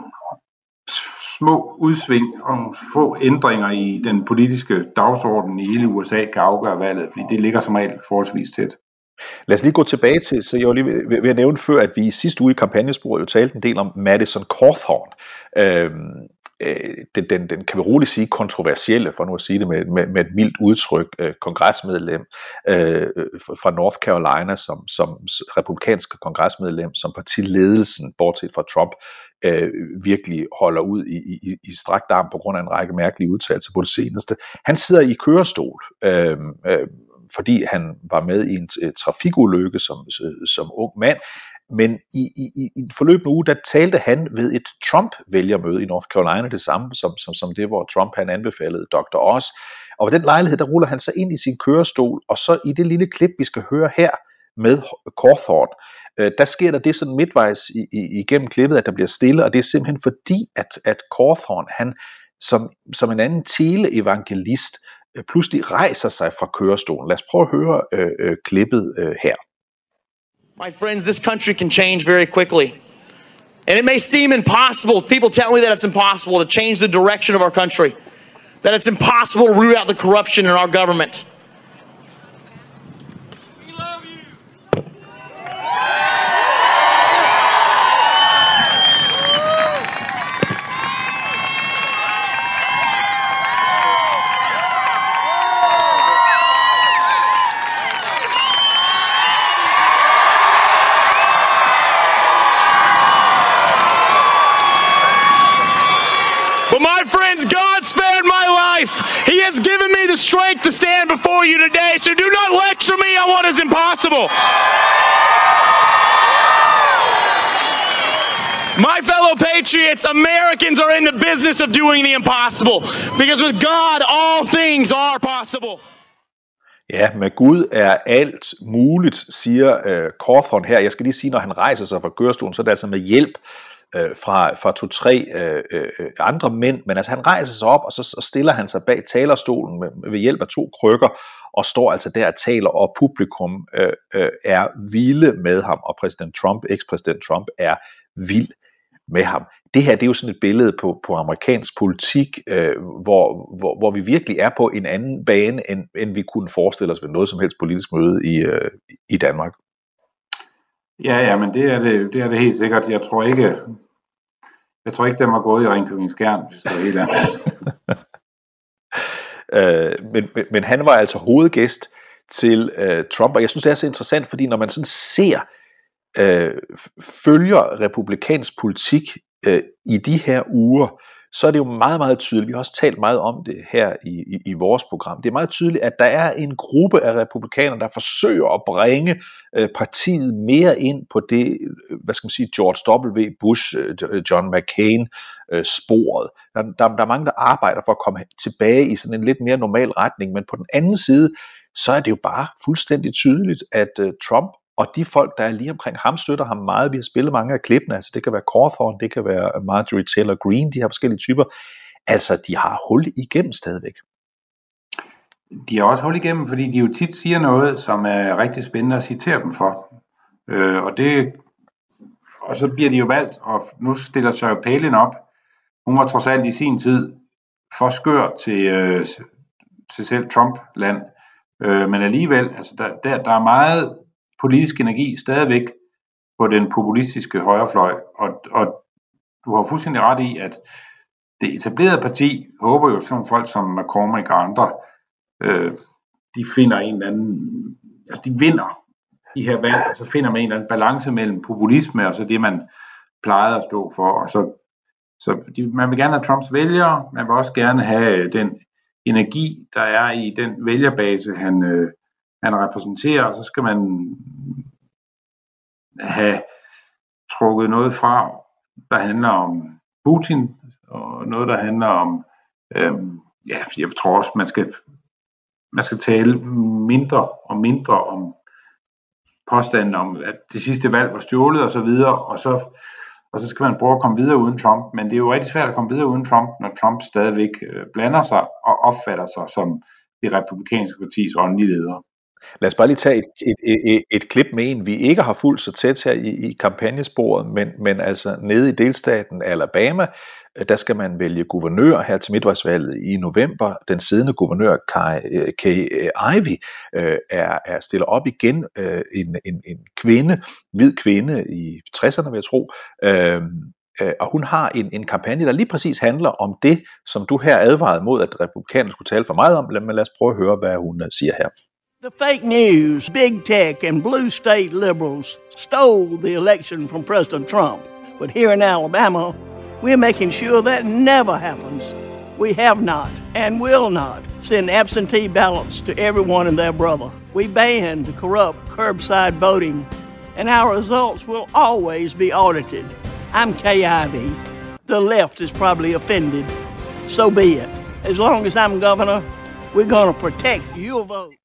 Speaker 3: små udsving og nogle få ændringer i den politiske dagsorden i hele U S A kan afgøre valget, fordi det ligger som regel forholdsvis tæt.
Speaker 4: Lad os lige gå tilbage til, så jeg var lige ved, ved at nævne før, at vi i sidste uge i kampagnesporet jo talte en del om Madison Cawthorn. Øhm, Den, den, den kan vi roligt sige kontroversielle, for nu at sige det med, med, med et mildt udtryk, øh, kongresmedlem øh, fra North Carolina, som, som republikansk kongresmedlem, som partiledelsen, bortset fra Trump, øh, virkelig holder ud i, i, i strakt arm på grund af en række mærkelige udtalelser på det seneste. Han sidder i kørestol, øh, øh, fordi han var med i en trafikulykke som, som ung mand. Men i, i, i en forløbende uge, der talte han ved et Trump-vælgermøde i North Carolina, det samme som, som, som det, hvor Trump han anbefalede doktor Oz. Og ved den lejlighed, der ruller han sig ind i sin kørestol, og så i det lille klip, vi skal høre her med Cawthorn, øh, der sker der det sådan midtvejs i, i, igennem klippet, at der bliver stille, og det er simpelthen fordi, at, at Cawthorn, han som, som en anden teleevangelist, øh, pludselig rejser sig fra kørestolen. Lad os prøve at høre øh, øh, klippet øh, her.
Speaker 7: My friends, this country can change very quickly. And it may seem impossible. People tell me that it's impossible to change the direction of our country. That it's impossible to root out the corruption in our government. We love you. But my friends, God spared my life. He has given me the strength to stand before you today. So do not lecture me on what is impossible. My fellow patriots, Americans are in the business of doing the impossible. Because with God, all things are possible.
Speaker 4: Ja, med Gud er alt muligt, siger øh, Cawthorn her. Jeg skal lige sige, når han rejser sig fra kørestolen, så er det altså med hjælp fra, fra to-tre øh, øh, andre mænd, men altså han rejser sig op, og så, så stiller han sig bag talerstolen med, ved hjælp af to krykker, og står altså der og taler, og publikum øh, øh, er vilde med ham, og præsident Trump, ekspræsident Trump, er vild med ham. Det her, det er jo sådan et billede på, på amerikansk politik, øh, hvor, hvor, hvor vi virkelig er på en anden bane, end, end vi kunne forestille os ved noget som helst politisk møde i, øh, i Danmark.
Speaker 3: Ja, ja, men det er det, det er det helt sikkert. Jeg tror ikke, jeg tror ikke, den var gået i Ringkøbing Skjern, hvis det er helt andet.
Speaker 4: øh, men, men, men han var altså hovedgæst til øh, Trump, og jeg synes, det er så interessant, fordi når man sådan ser, øh, følger republikansk politik øh, i de her uger, så er det jo meget, meget tydeligt, vi har også talt meget om det her i, i, i vores program, det er meget tydeligt, at der er en gruppe af republikanere, der forsøger at bringe øh, partiet mere ind på det, hvad skal man sige, George W. Bush, øh, John McCain øh, sporet. Der, der, der er mange, der arbejder for at komme tilbage i sådan en lidt mere normal retning, men på den anden side, så er det jo bare fuldstændig tydeligt, at øh, Trump og de folk, der er lige omkring ham, støtter ham meget. Vi har spillet mange af klippene, altså det kan være Cawthorn, det kan være Marjorie Taylor Greene, de har forskellige typer. Altså, de har hul igennem stadigvæk.
Speaker 3: De har også hul igennem, fordi de jo tit siger noget, som er rigtig spændende at citere dem for. Øh, og, det, og så bliver de jo valgt, og nu stiller Sarah Palin op. Hun var trods alt i sin tid for skør til, øh, til selv Trump-land. Øh, men alligevel, altså der, der, der er meget politisk energi stadigvæk på den populistiske højrefløj, og, og du har fuldstændig ret i, at det etablerede parti håber jo sådan folk som McCormick og andre, øh, de finder en eller anden, altså de vinder de her valg, og så finder man en eller anden balance mellem populisme og så det, man plejede at stå for, og så, så de, man vil gerne have Trumps vælgere, man vil også gerne have den energi, der er i den vælgerbase, han øh, han repræsenterer, og så skal man have trukket noget fra, der handler om Putin, og noget, der handler om, øhm, ja, jeg tror også, man skal, man skal tale mindre og mindre om påstanden om, at det sidste valg var stjålet, og så videre, og så, og så skal man prøve at komme videre uden Trump, men det er jo rigtig svært at komme videre uden Trump, når Trump stadigvæk blander sig og opfatter sig som det republikanske partis åndelige leder.
Speaker 4: Lad os bare lige tage et, et, et, et klip med en, vi ikke har fulgt så tæt her i, i kampagnesporet, men, men altså nede i delstaten Alabama, der skal man vælge guvernør her til midtvejsvalget i november. Den siddende guvernør, Kay Ivey, er, er stiller op igen, en, en, en kvinde, hvid kvinde i tresserne, vil jeg tro, og hun har en, en kampagne, der lige præcis handler om det, som du her advarede mod, at republikanerne skulle tale for meget om. Lad os prøve at høre, hvad hun siger her.
Speaker 8: The fake news, big tech, and blue state liberals stole the election from President Trump. But here in Alabama, we're making sure that never happens. We have not and will not send absentee ballots to everyone and their brother. We banned corrupt curbside voting and our results will always be audited. I'm K I V. The left is probably offended. So be it. As long as I'm governor, we're going to protect your vote.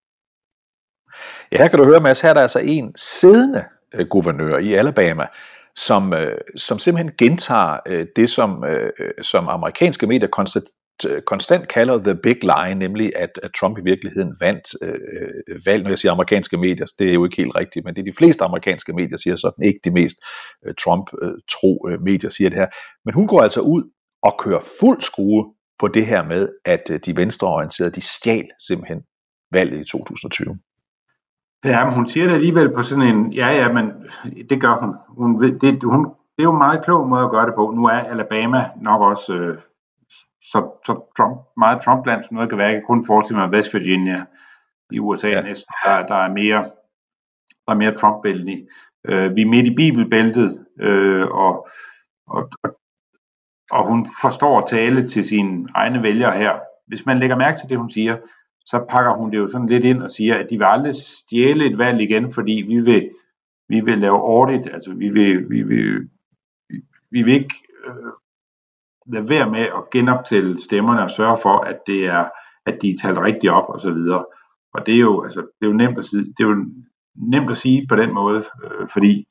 Speaker 4: Ja, her kan du høre, Mads, her er der altså en siddende øh, guvernør i Alabama, som, øh, som simpelthen gentager øh, det, som, øh, som amerikanske medier konstant, øh, konstant kalder the big lie, nemlig at, at Trump i virkeligheden vandt øh, valg. Når jeg siger amerikanske medier, det er jo ikke helt rigtigt, men det er de fleste amerikanske medier siger sådan, ikke de mest øh, Trump-tro øh, medier siger det her. Men hun går altså ud og kører fuld skrue på det her med, at øh, de venstreorienterede, de stjal simpelthen valget i to tusind og tyve.
Speaker 3: Ja, men hun siger det alligevel på sådan en, ja ja, men det gør hun. hun, det, hun det er jo en meget klog måde at gøre det på. Nu er Alabama nok også øh, så, så Trump, meget Trump-land, som noget kan være. Jeg kan kun forestille mig West Virginia i U S A ja. næsten, der, der er mere, der er mere Trump-vældig. Øh, vi er midt i bibelbæltet, øh, og, og, og, og hun forstår at tale til sine egne vælgere her. Hvis man lægger mærke til det, hun siger, så pakker hun det jo sådan lidt ind og siger, at de vil aldrig stjæle et valg igen, fordi vi vil, vi vil lave audit, altså vi vil, vi vil, vi vil ikke øh, lade være med at genoptælle stemmerne og sørge for, at det er, at de er talt rigtigt op og så videre. Og det er jo, altså, det er jo nemt at sige, det er jo nemt at sige på den måde, øh, fordi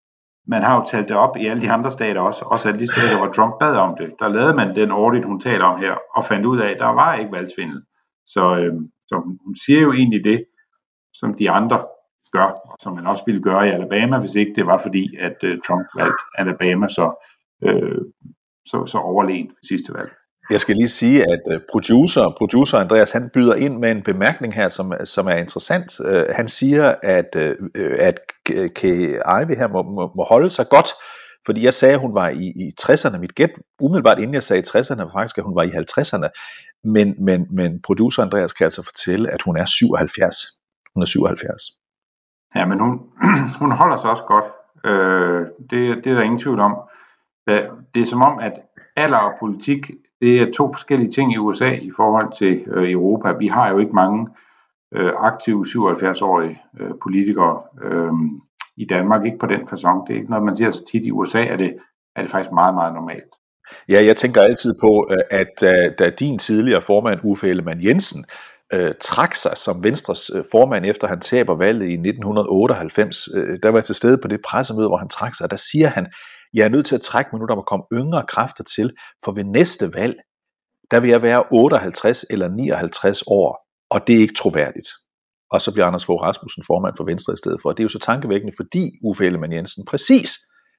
Speaker 3: man har jo talt det op i alle de andre stater også, også alle de stater, hvor Trump bad om det. Der lavede man den audit, hun taler om her, og fandt ud af, at der var ikke valgsvindel. Så, øh, så hun siger jo egentlig det, som de andre gør, og som man også ville gøre i Alabama, hvis ikke det var fordi, at øh, Trump valgte Alabama så, øh, så, så overlegent ved sidste valg.
Speaker 4: Jeg skal lige sige, at producer, producer Andreas, han byder ind med en bemærkning her, som, som er interessant. Uh, han siger, at, uh, at Kay Ivey her må, må, må holde sig godt, fordi jeg sagde, at hun var i, i tresserne. Mit gæt umiddelbart inden jeg sagde tresserne, var faktisk, at hun var i halvtredserne. Men, men, men producer Andreas kan altså fortælle, at hun er syvoghalvfjerds. Hun er syvoghalvfjerds.
Speaker 3: Ja, men hun, hun holder sig også godt. Øh, det, det er der ingen tvivl om. Det er som om, at alder og politik, det er to forskellige ting i U S A i forhold til øh, Europa. Vi har jo ikke mange øh, aktive syvoghalvfjerds-årige øh, politikere øh, i Danmark, ikke på den facon. Det er ikke noget, man siger så tit. I U S A er det, er det faktisk meget, meget normalt.
Speaker 4: Ja, jeg tænker altid på, at da din tidligere formand, Uffe Ellemann-Jensen, øh, trak sig som Venstres formand, efter han taber valget i nitten otteoghalvfems, øh, der var jeg til stede på det pressemøde, hvor han trak sig, og der siger han, jeg er nødt til at trække mig nu, der må komme yngre kræfter til, for ved næste valg, der vil jeg være otteoghalvtreds eller nioghalvtreds år, og det er ikke troværdigt. Og så bliver Anders Fogh Rasmussen formand for Venstre i stedet for. Det er jo så tankevækkende, fordi Uffe Ellemann-Jensen præcis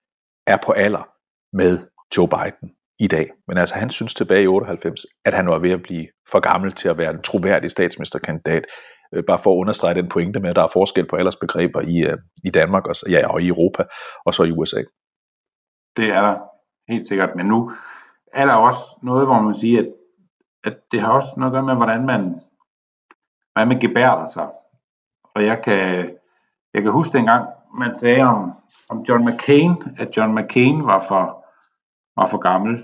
Speaker 4: er på alder med Joe Biden i dag. Men altså han synes tilbage i otteoghalvfems, at han var ved at blive for gammel til at være en troværdig statsministerkandidat. Bare for at understrege den pointe med, at der er forskel på aldersbegreber i, i Danmark og, ja, og i Europa og så i U S A.
Speaker 3: Det er der helt sikkert, men nu er der også noget, hvor man siger, at, at det har også noget at gøre med, hvordan man, hvordan man gebærder sig. Og jeg kan, jeg kan huske dengang, man sagde om, om John McCain, at John McCain var for, var for gammel.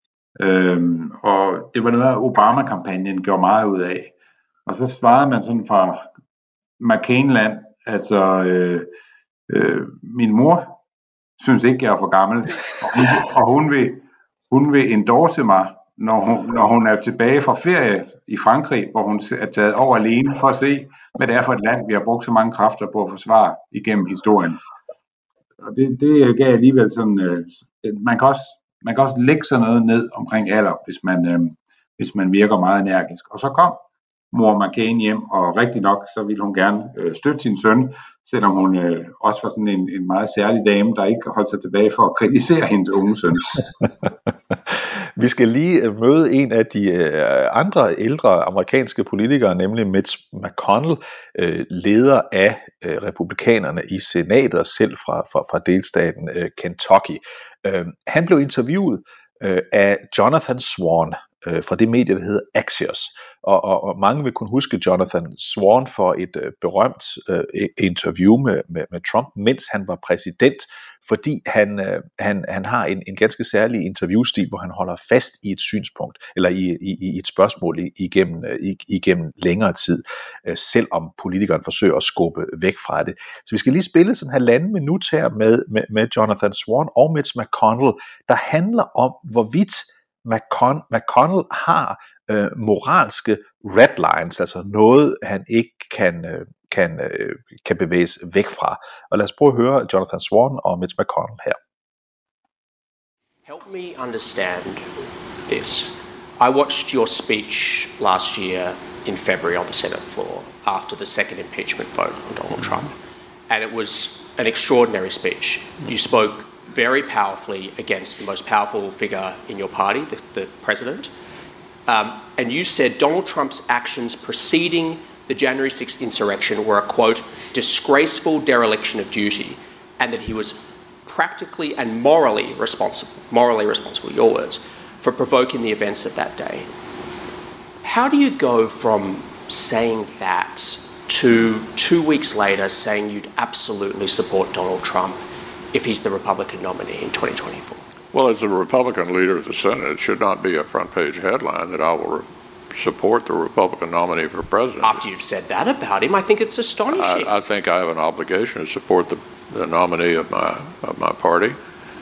Speaker 3: Øhm, og det var noget, Obama-kampagnen gjorde meget ud af. Og så svarede man sådan fra McCain-land, altså øh, øh, min mor synes ikke, jeg er for gammel, og hun, og hun, vil, hun vil endorse mig, når hun, når hun er tilbage fra ferie i Frankrig, hvor hun er taget over alene for at se, hvad det er for et land, vi har brugt så mange kræfter på at forsvare igennem historien. Og det, det gav alligevel sådan, øh, man, kan også, man kan også lægge sådan noget ned omkring alder, hvis man, øh, hvis man virker meget energisk. Og så kom mor McCain hjem, og rigtig nok, så ville hun gerne øh, støtte sin søn, selvom hun øh, også var sådan en, en meget særlig dame, der ikke holdt sig tilbage for at kritisere hendes unge søn.
Speaker 4: Vi skal lige møde en af de øh, andre ældre amerikanske politikere, nemlig Mitch McConnell, øh, leder af øh, republikanerne i senatet, og selv fra, fra, fra delstaten øh, Kentucky. Øh, han blev interviewet øh, af Jonathan Swan, øh, fra det medie, der hedder Axios. Og, og, og mange vil kunne huske Jonathan Swan for et øh, berømt øh, interview med, med, med Trump, mens han var præsident, fordi han, øh, han, han har en, en ganske særlig interviewstil, hvor han holder fast i et synspunkt, eller i, i, i et spørgsmål igennem, øh, igennem længere tid, øh, selvom politikeren forsøger at skubbe væk fra det. Så vi skal lige spille sådan en halvanden minut her med, med, med Jonathan Swan og Mitch McConnell, der handler om, hvorvidt McCon- McConnell har øh, moralske red lines, altså noget, han ikke kan, øh, kan, øh, kan bevæges væk fra. Og lad os prøve at høre Jonathan Swan og Mitch McConnell her.
Speaker 9: Help me understand this. I watched your speech last year in February on the Senate floor after the second impeachment vote on Donald Trump, and it was an extraordinary speech. You spoke very powerfully against the most powerful figure in your party, the, the president. Um, and you said Donald Trump's actions preceding the January sixth insurrection were a, quote, disgraceful dereliction of duty, and that he was practically and morally responsible, morally responsible, your words, for provoking the events of that day. How do you go from saying that to two weeks later saying you'd absolutely support Donald Trump if he's the Republican nominee in twenty twenty-four?
Speaker 10: Well, as the Republican leader of the Senate, it should not be a front-page headline that I will re- support the Republican nominee for president.
Speaker 9: After you've said that about him, I think it's astonishing.
Speaker 10: I, I think I have an obligation to support the, the nominee of my of my party.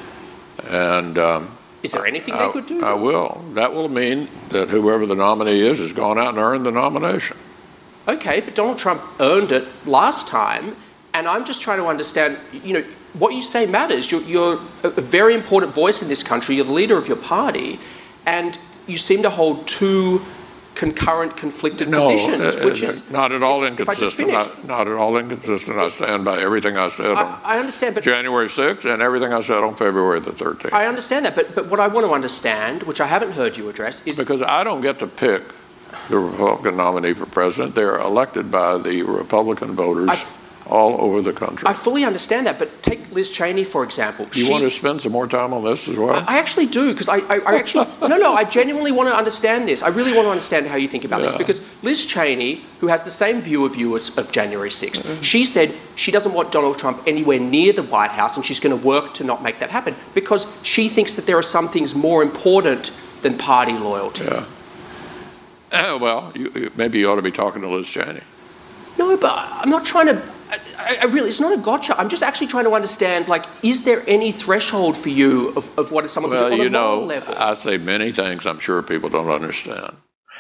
Speaker 10: And um,
Speaker 9: is there anything
Speaker 10: I,
Speaker 9: they could do?
Speaker 10: I will. That will mean that whoever the nominee is has gone out and earned the nomination.
Speaker 9: Okay, but Donald Trump earned it last time, and I'm just trying to understand, you know, what you say matters. You're, you're a very important voice in this country. You're the leader of your party, and you seem to hold two concurrent, conflicted
Speaker 10: no,
Speaker 9: positions,
Speaker 10: uh,
Speaker 9: which
Speaker 10: uh,
Speaker 9: is
Speaker 10: not at all
Speaker 9: if I just
Speaker 10: inconsistent.
Speaker 9: finish.
Speaker 10: Not, not at all inconsistent. I stand by everything I said
Speaker 9: I,
Speaker 10: on
Speaker 9: I understand, but
Speaker 10: January sixth and everything I said on February the thirteenth.
Speaker 9: I understand that, but but what I want to understand, which I haven't heard you address, is
Speaker 10: because I don't get to pick the Republican nominee for president. They're elected by the Republican voters
Speaker 9: I've,
Speaker 10: all over the country.
Speaker 9: I fully understand that, but take Liz Cheney, for example.
Speaker 10: You
Speaker 9: she,
Speaker 10: want to spend some more time on this as well?
Speaker 9: I, I actually do, because I, I, I actually, no, no, I genuinely want to understand this. I really want to understand how you think about
Speaker 10: yeah.
Speaker 9: this, because Liz Cheney, who has the same view of you as of January sixth, mm-hmm. she said she doesn't want Donald Trump anywhere near the White House, and she's going to work to not make that happen, because she thinks that there are some things more important than party loyalty.
Speaker 10: Yeah. Uh, well, you, maybe you ought to be talking to Liz Cheney.
Speaker 9: No, but I'm not trying to... I, I really, it's not a gotcha. I'm just actually trying to understand, like, is there any threshold for you of, of what someone
Speaker 10: well,
Speaker 9: can do on
Speaker 10: you
Speaker 9: a moral
Speaker 10: know,
Speaker 9: level?
Speaker 10: I say many things I'm sure people don't understand.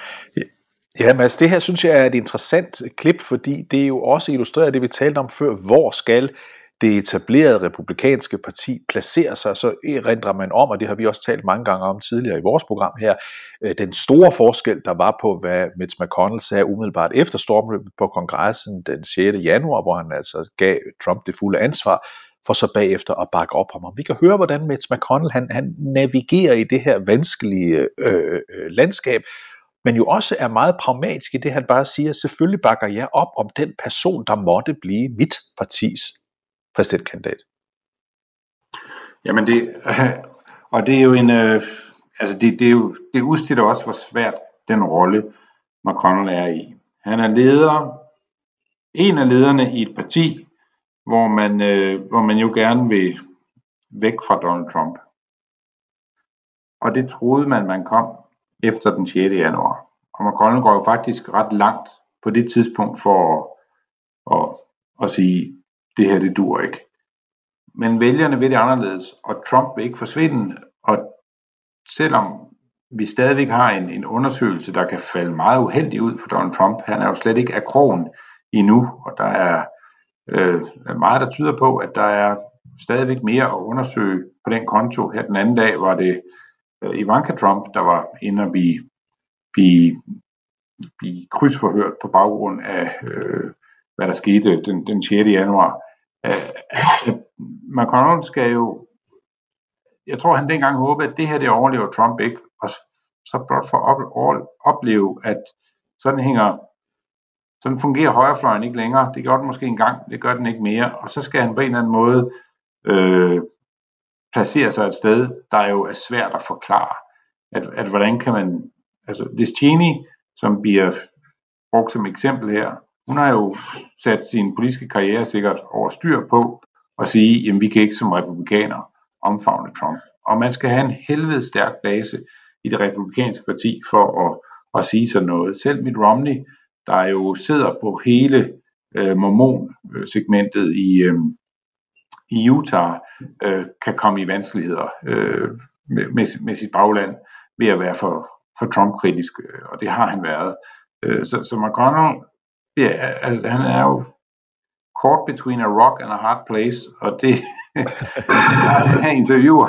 Speaker 4: Ja, Mads, det her synes jeg er et interessant klip, fordi det er jo også illustreret det, vi talte om før. Hvor skal det etablerede republikanske parti placerer sig, så erindrer man om, og det har vi også talt mange gange om tidligere i vores program her, den store forskel, der var på, hvad Mitch McConnell sagde umiddelbart efter stormløbet på kongressen den sjette januar, hvor han altså gav Trump det fulde ansvar, for så bagefter at bakke op om ham. Vi kan høre, hvordan Mitch McConnell han, han navigerer i det her vanskelige øh, øh, landskab, men jo også er meget pragmatisk i det, han bare siger, selvfølgelig bakker jeg op om den person, der måtte blive mit partis præsidentkandidat.
Speaker 3: Jamen det, øh, og det er jo en, øh, altså det, det er jo, det udstiller også, hvor svært den rolle McConnell er i. Han er leder, en af lederne i et parti, hvor man, øh, hvor man jo gerne vil væk fra Donald Trump. Og det troede man, man kom efter den sjette januar. Og McConnell går jo faktisk ret langt på det tidspunkt for at, at, at sige, det her det dur ikke. Men vælgerne vil det anderledes, og Trump vil ikke forsvinde. Og selvom vi stadigvæk har en, en undersøgelse, der kan falde meget uheldigt ud for Donald Trump, han er jo slet ikke af krogen endnu, og der er øh, meget, der tyder på, at der er stadigvæk mere at undersøge på den konto. Her den anden dag var det øh, Ivanka Trump, der var inde og blive, blive, blive krydsforhørt på baggrund af, øh, hvad der skete den, den sjette januar. Øh, McConnell skal jo, jeg tror han dengang håbede, at det her det overlever Trump ikke, og så blot for at opleve, at sådan hænger, sådan fungerer højrefløjen ikke længere. Det gjorde den måske engang, det gør den ikke mere, og så skal han på en eller anden måde øh, placere sig et sted, der jo er svært at forklare, at, at hvordan kan man Altså Liz Cheney, som bliver brugt som eksempel her, hun har jo sat sin politiske karriere sikkert over styr på at sige, jamen vi kan ikke som republikaner omfavne Trump. Og man skal have en helvede stærk base i det republikanske parti for at, at sige sådan noget. Selv Mitt Romney, der jo sidder på hele øh, mormon-segmentet i, øh, i Utah, øh, kan komme i vanskeligheder øh, med, med, med sit bagland ved at være for, for Trump-kritisk, og det har han været. Øh, så, så McConnell, ja, altså, han er jo caught between a rock and a hard place, og det har den her interviewer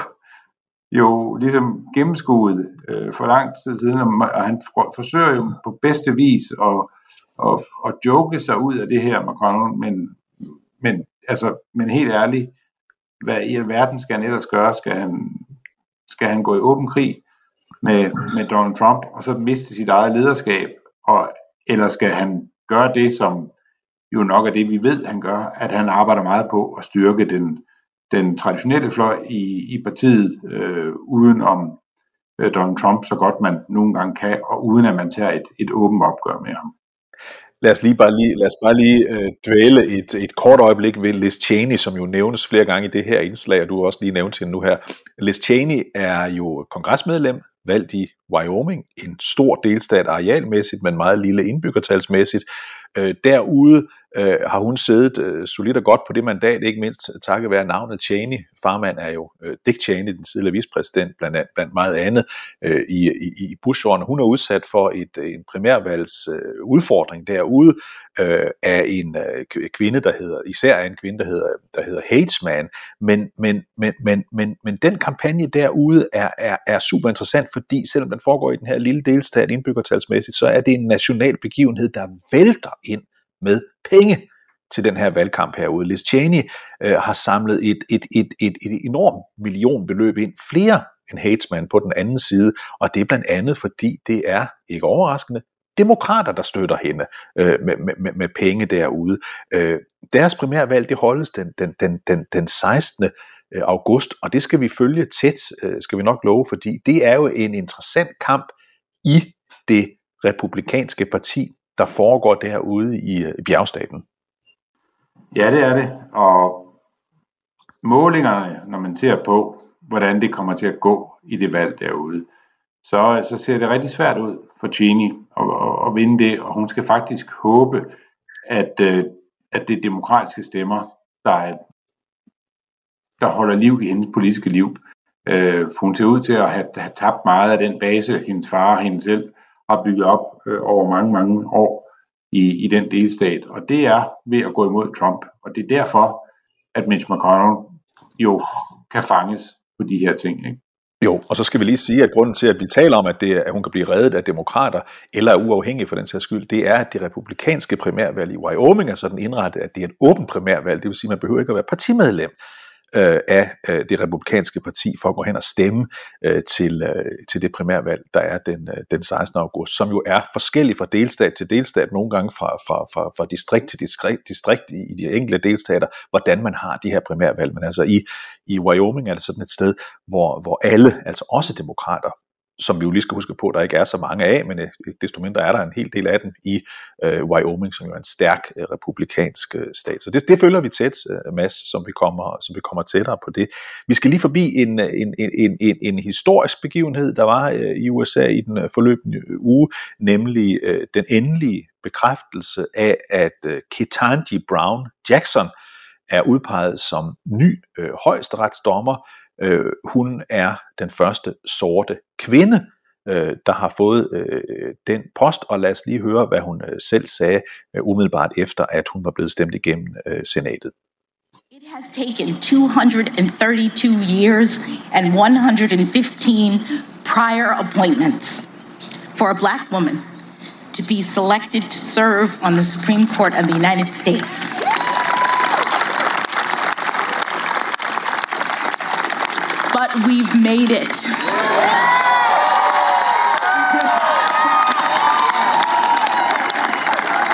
Speaker 3: jo ligesom gennemskuet øh, for lang tid siden, og han forsøger jo på bedste vis at, at, at joke sig ud af det her, McConnell, men, men, altså, men helt ærligt, hvad i alverden skal han ellers gøre? Skal han, skal han gå i åben krig med, med Donald Trump, og så miste sit eget lederskab, og, eller skal han gøre det, som jo nok er det, vi ved, han gør, at han arbejder meget på at styrke den, den traditionelle fløj i, i partiet, øh, uden om øh, Donald Trump, så godt man nogle gange kan, og uden at man tager et, et åbent opgør med ham.
Speaker 4: Lad os lige bare lige, lad os bare lige øh, dvæle et, et kort øjeblik ved Liz Cheney, som jo nævnes flere gange i det her indslag, og du har også lige nævnt hende nu her. Liz Cheney er jo kongresmedlem, valgt i Wyoming, en stor delstat arealmæssigt, men meget lille indbyggertalsmæssigt. Øh, derude øh, har hun siddet øh, solidt og godt på det mandat, ikke mindst takket være navnet Cheney. Farmand er jo øh, Dick Cheney, den tidligere vicepræsident, blandt, blandt meget andet øh, i, i, i Bush-årene. Hun er udsat for et, en primærvalgs øh, udfordring derude øh, af en øh, kvinde, der hedder, især en kvinde, der hedder, der hedder Hatesman. Men, men, men, men, men, men den kampagne derude er, er, er super interessant, fordi selvom den foregår i den her lille delstat indbyggertalsmæssigt, så er det en national begivenhed, der vælter ind med penge til den her valgkamp herude. Liz Cheney øh, har samlet et, et, et, et, et enormt millionbeløb ind, flere end Hatesman på den anden side, og det er blandt andet, fordi det er, ikke overraskende, demokrater, der støtter hende øh, med, med, med penge derude. Øh, deres primærvalg, det holdes den, den, den, den, den sekstende august, og det skal vi følge tæt, øh, skal vi nok love, fordi det er jo en interessant kamp i det republikanske parti, der foregår derude i, i bjergstaten.
Speaker 3: Ja, det er det, og målingerne, når man ser på, hvordan det kommer til at gå i det valg derude, så, så ser det rigtig svært ud for Cheney at, at, at vinde det, og hun skal faktisk håbe, at, at det er demokratiske stemmer, der, er, der holder liv i hendes politiske liv. For hun ser ud til at have, have tabt meget af den base, hendes far og hende selv har bygget op over mange, mange år i, i den delstat, og det er ved at gå imod Trump, og det er derfor, at Mitch McConnell jo kan fanges på de her ting, ikke?
Speaker 4: Jo, og så skal vi lige sige, at grunden til, at vi taler om, at, det, at hun kan blive reddet af demokrater, eller er uafhængig for den sags skyld, det er, at det republikanske primærvalg i Wyoming er sådan indrettet, at det er et åbent primærvalg, det vil sige, at man behøver ikke at være partimedlem øh, af øh, det republikanske parti for at gå hen og stemme øh, til, øh, til det primærvalg, der er den, øh, den sekstende august, som jo er forskellig fra delstat til delstat, nogle gange fra, fra, fra, fra distrikt til distrikt, distrikt i, i de enkelte delstater, hvordan man har de her primærvalg. Men altså i, i Wyoming er det sådan et sted, hvor, hvor alle, altså også demokrater, som vi jo lige skal huske på, der ikke er så mange af, men desto mindre er der en hel del af dem i øh, Wyoming, som jo er en stærk øh, republikansk øh, stat. Så det, det følger vi tæt, øh, Mads, som vi, kommer, som vi kommer tættere på det. Vi skal lige forbi en, en, en, en, en historisk begivenhed, der var øh, i U S A i den øh, forløbende uge, nemlig øh, den endelige bekræftelse af, at øh, Ketanji Brown Jackson er udpeget som ny øh, højesteretsdommer. Øh, hun er den første sorte kvinde, øh, der har fået øh, den post, og lad os lige høre, hvad hun øh, selv sagde øh, umiddelbart efter, at hun var blevet stemt igennem øh, senatet.
Speaker 11: It has taken two hundred thirty-two years and one hundred fifteen prior appointments for a black woman to be selected to serve on the Supreme Court of the United States. But we've made it.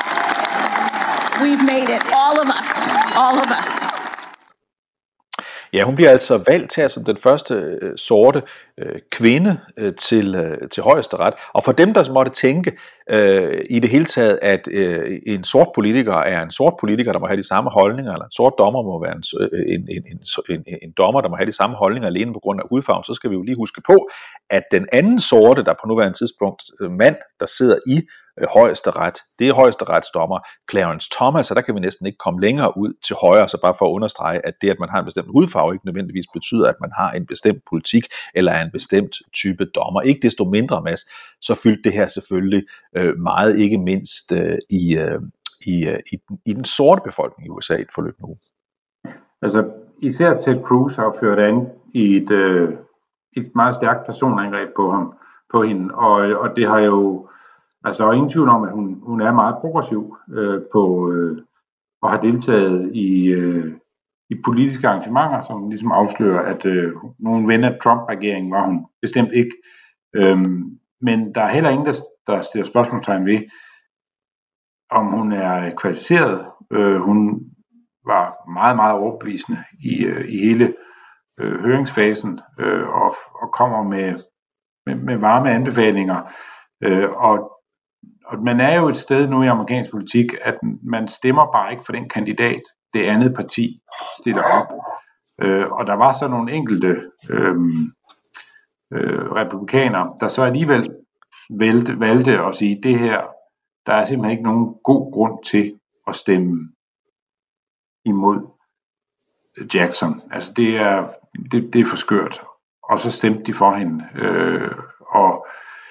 Speaker 11: We've made it, all of us, all of us.
Speaker 4: Ja, hun bliver altså valgt her som den første øh, sorte øh, kvinde øh, til, øh, til højesteret. Og for dem, der måtte tænke øh, i det hele taget, at øh, en sort politiker er en sort politiker, der må have de samme holdninger, eller en sort dommer må være en, en, en, en, en, en dommer, der må have de samme holdninger alene på grund af hudfarven, så skal vi jo lige huske på, at den anden sorte, der på nuværende tidspunkt øh, mand, der sidder i højesteret, det er højesteretsdommer Clarence Thomas, og der kan vi næsten ikke komme længere ud til højre, så bare for at understrege, at det, at man har en bestemt hudfarve, ikke nødvendigvis betyder, at man har en bestemt politik, eller er en bestemt type dommer. Ikke desto mindre, Mads, så fyldte det her selvfølgelig øh, meget, ikke mindst øh, i, øh, i, øh, i, den, i den sorte befolkning i U S A i et forløb nu. Altså, især Ted Cruz har ført an i et, øh, et meget stærkt personangreb på ham, på hende, og, og det har jo Altså, der er ingen tvivl om, at hun, hun er meget progressiv øh, på, øh, og har deltaget i, øh, i politiske arrangementer, som ligesom afslører, at øh, nogle venner af Trump-regeringen var hun bestemt ikke. Øhm, men der er heller ingen, der, der stiller spørgsmålstegn ved, om hun er kvalificeret. Øh, hun var meget, meget overbevisende i, øh, i hele øh, høringsfasen øh, og, og kommer med, med, med varme anbefalinger. Øh, og Og man er jo et sted nu i amerikansk politik, at man stemmer bare ikke for den kandidat, det andet parti stiller op. Øh, og der var så nogle enkelte øh, øh, republikanere, der så alligevel valgte, valgte at sige, det her, der er simpelthen ikke nogen god grund til at stemme imod Jackson. Altså det er, det, det er for skørt. Og så stemte de for hende. Øh, og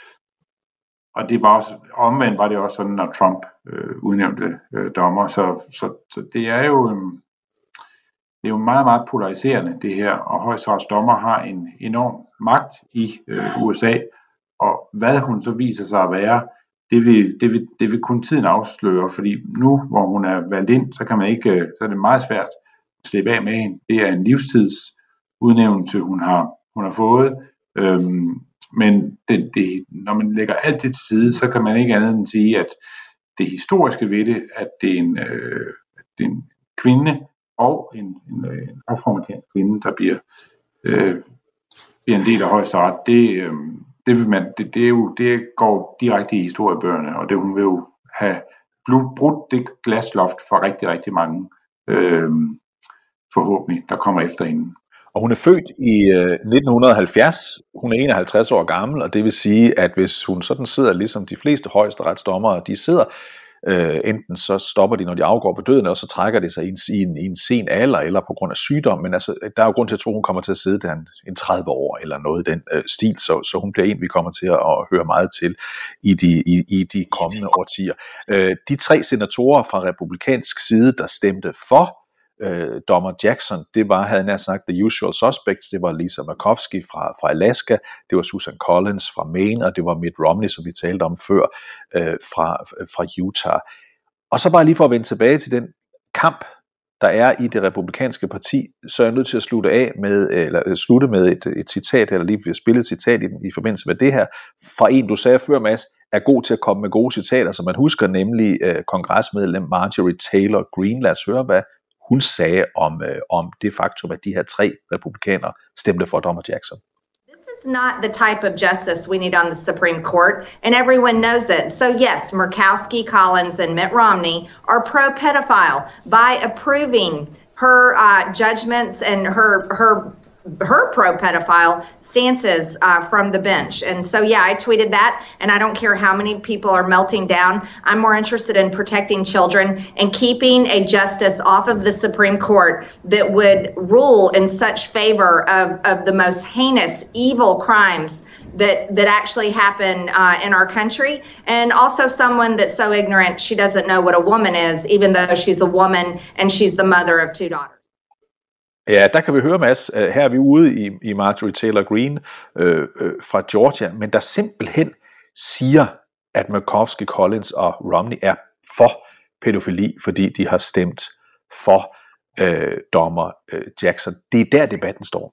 Speaker 4: Og det var også, omvendt var det også sådan, når Trump øh, udnævnte øh, dommer. Så, så, så det er jo øh, det er jo meget, meget polariserende det her. Og højesterets dommer har en enorm magt i øh, U S A. Og hvad hun så viser sig at være, det vil, det vil, det vil kun tiden afsløre. Fordi nu, hvor hun er valgt ind, så kan man ikke, øh, så er det meget svært at slippe af med hende. Det er en livstidsudnævnelse, hun har, hun har fået. Øhm, Men det, det, når man lægger alt det til side, så kan man ikke andet end sige, at det historiske ved det, at det er en, øh, det er en kvinde og en, en, en afroamerikansk kvinde, der bliver, øh, bliver en del af højesteret, det, øh, det, vil man, det, det, er jo, det går direkte i historiebøgerne, og det hun vil jo have brudt det glasloft for rigtig, rigtig mange øh, forhåbentlig, der kommer efter hende. Og hun er født i øh, nitten halvfjerds, hun er enoghalvtreds år gammel, og det vil sige, at hvis hun sådan sidder, ligesom de fleste højesteretsdommere, de sidder, øh, enten så stopper de, når de afgår ved døden, og så trækker det sig i en, i, en, i en sen alder, eller på grund af sygdom, men altså, der er jo grund til at tro, at hun kommer til at sidde der en, en tredive år, eller noget i den øh, stil, så, så hun bliver en, vi kommer til at, at høre meget til i de, i, i de kommende årtier. Øh, de tre senatorer fra republikansk side, der stemte for Øh, dommer Jackson, det var, havde jeg sagt, the usual suspects. Det var Lisa Murkowski fra, fra Alaska, det var Susan Collins fra Maine, og det var Mitt Romney, som vi talte om før, øh, fra, fra Utah. Og så bare lige for at vende tilbage til den kamp, der er i det republikanske parti, så er jeg nødt til at slutte af med, eller slutte med et, et citat, eller lige spille et citat i, i forbindelse med det her, fra en, du sagde før, Mads, er god til at komme med gode citater, som man husker, nemlig øh, kongresmedlem Marjorie Taylor Greene. Lad os høre, hvad hun sagde om, øh, om det faktum, at de her tre republikanere stemte for dommer Jackson.
Speaker 12: This is not the type of justice we need on the Supreme Court, and everyone knows it. So yes, Murkowski, Collins, and Mitt Romney are pro-pedophile by approving her uh, judgments and her her her pro-pedophile stances uh, from the bench. And so, yeah, I tweeted that, and I don't care how many people are melting down. I'm more interested in protecting children and keeping a justice off of the Supreme Court that would rule in such favor of, of the most heinous, evil crimes that, that actually happen uh, in our country. And also someone that's so ignorant she doesn't know what a woman is, even though she's a woman and she's the mother of two daughters.
Speaker 4: Ja, der kan vi høre, Mads. Her er vi ude i, i Marjorie Taylor Greene øh, øh, fra Georgia, men der simpelthen siger, at Murkowski, Collins og Romney er for pædofili, fordi de har stemt for øh, dommer øh, Jackson. Det er der, debatten står.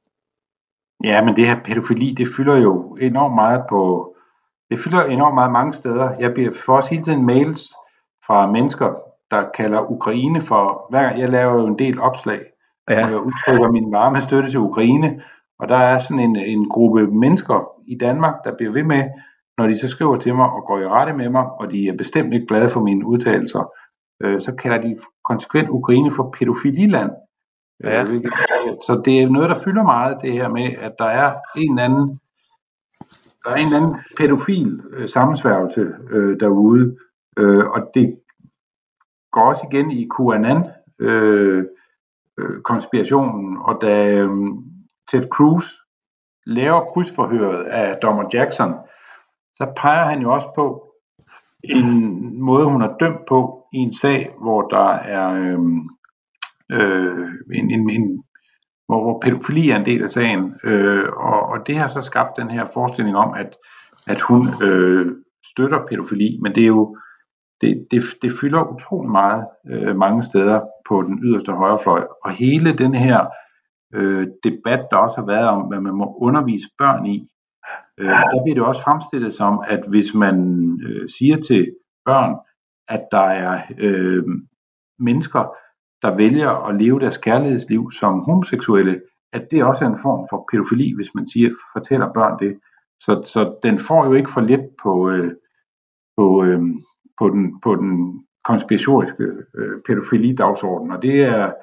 Speaker 3: Ja, men det her pædofili, det fylder jo enormt meget på, det fylder enormt meget mange steder. Jeg bliver for os hele tiden mails fra mennesker, der kalder Ukraine for, hver gang jeg laver jo en del opslag, ja. og jeg udtrykker min varme støtte til Ukraine. Og der er sådan en, en gruppe mennesker i Danmark, der bliver ved med, når de så skriver til mig og går i rette med mig, og de er bestemt ikke glade for mine udtalelser, øh, så kalder de konsekvent Ukraine for pædofililand. Ja. Øh, så det er noget, der fylder meget, det her med, at der er en eller anden, der er en eller anden pædofil øh, sammensværgelse øh, derude, øh, og det går også igen i QAnon øh, øh, konspirationen, og da øh, Ted Cruz laver krydsforhøret af dommer Jackson, så peger han jo også på en måde, hun har dømt på i en sag, hvor der er øh, øh, en, en, en hvor, hvor pædofili er en del af sagen, øh, og, og det har så skabt den her forestilling om, at, at hun øh, støtter pædofili, men det er jo det, det, det fylder utrolig meget øh, mange steder på den yderste højrefløj, og hele den her øh, debat, der også har været om, hvad man må undervise børn i, øh, der bliver det også fremstillet som, at hvis man øh, siger til børn, at der er øh, mennesker, der vælger at leve deres kærlighedsliv som homoseksuelle, at det også er en form for pædofili, hvis man siger, fortæller børn det. Så, så den får jo ikke for let på, øh, på, øh, på, den, på den konspiratoriske øh, pædofili-dagsorden, og det er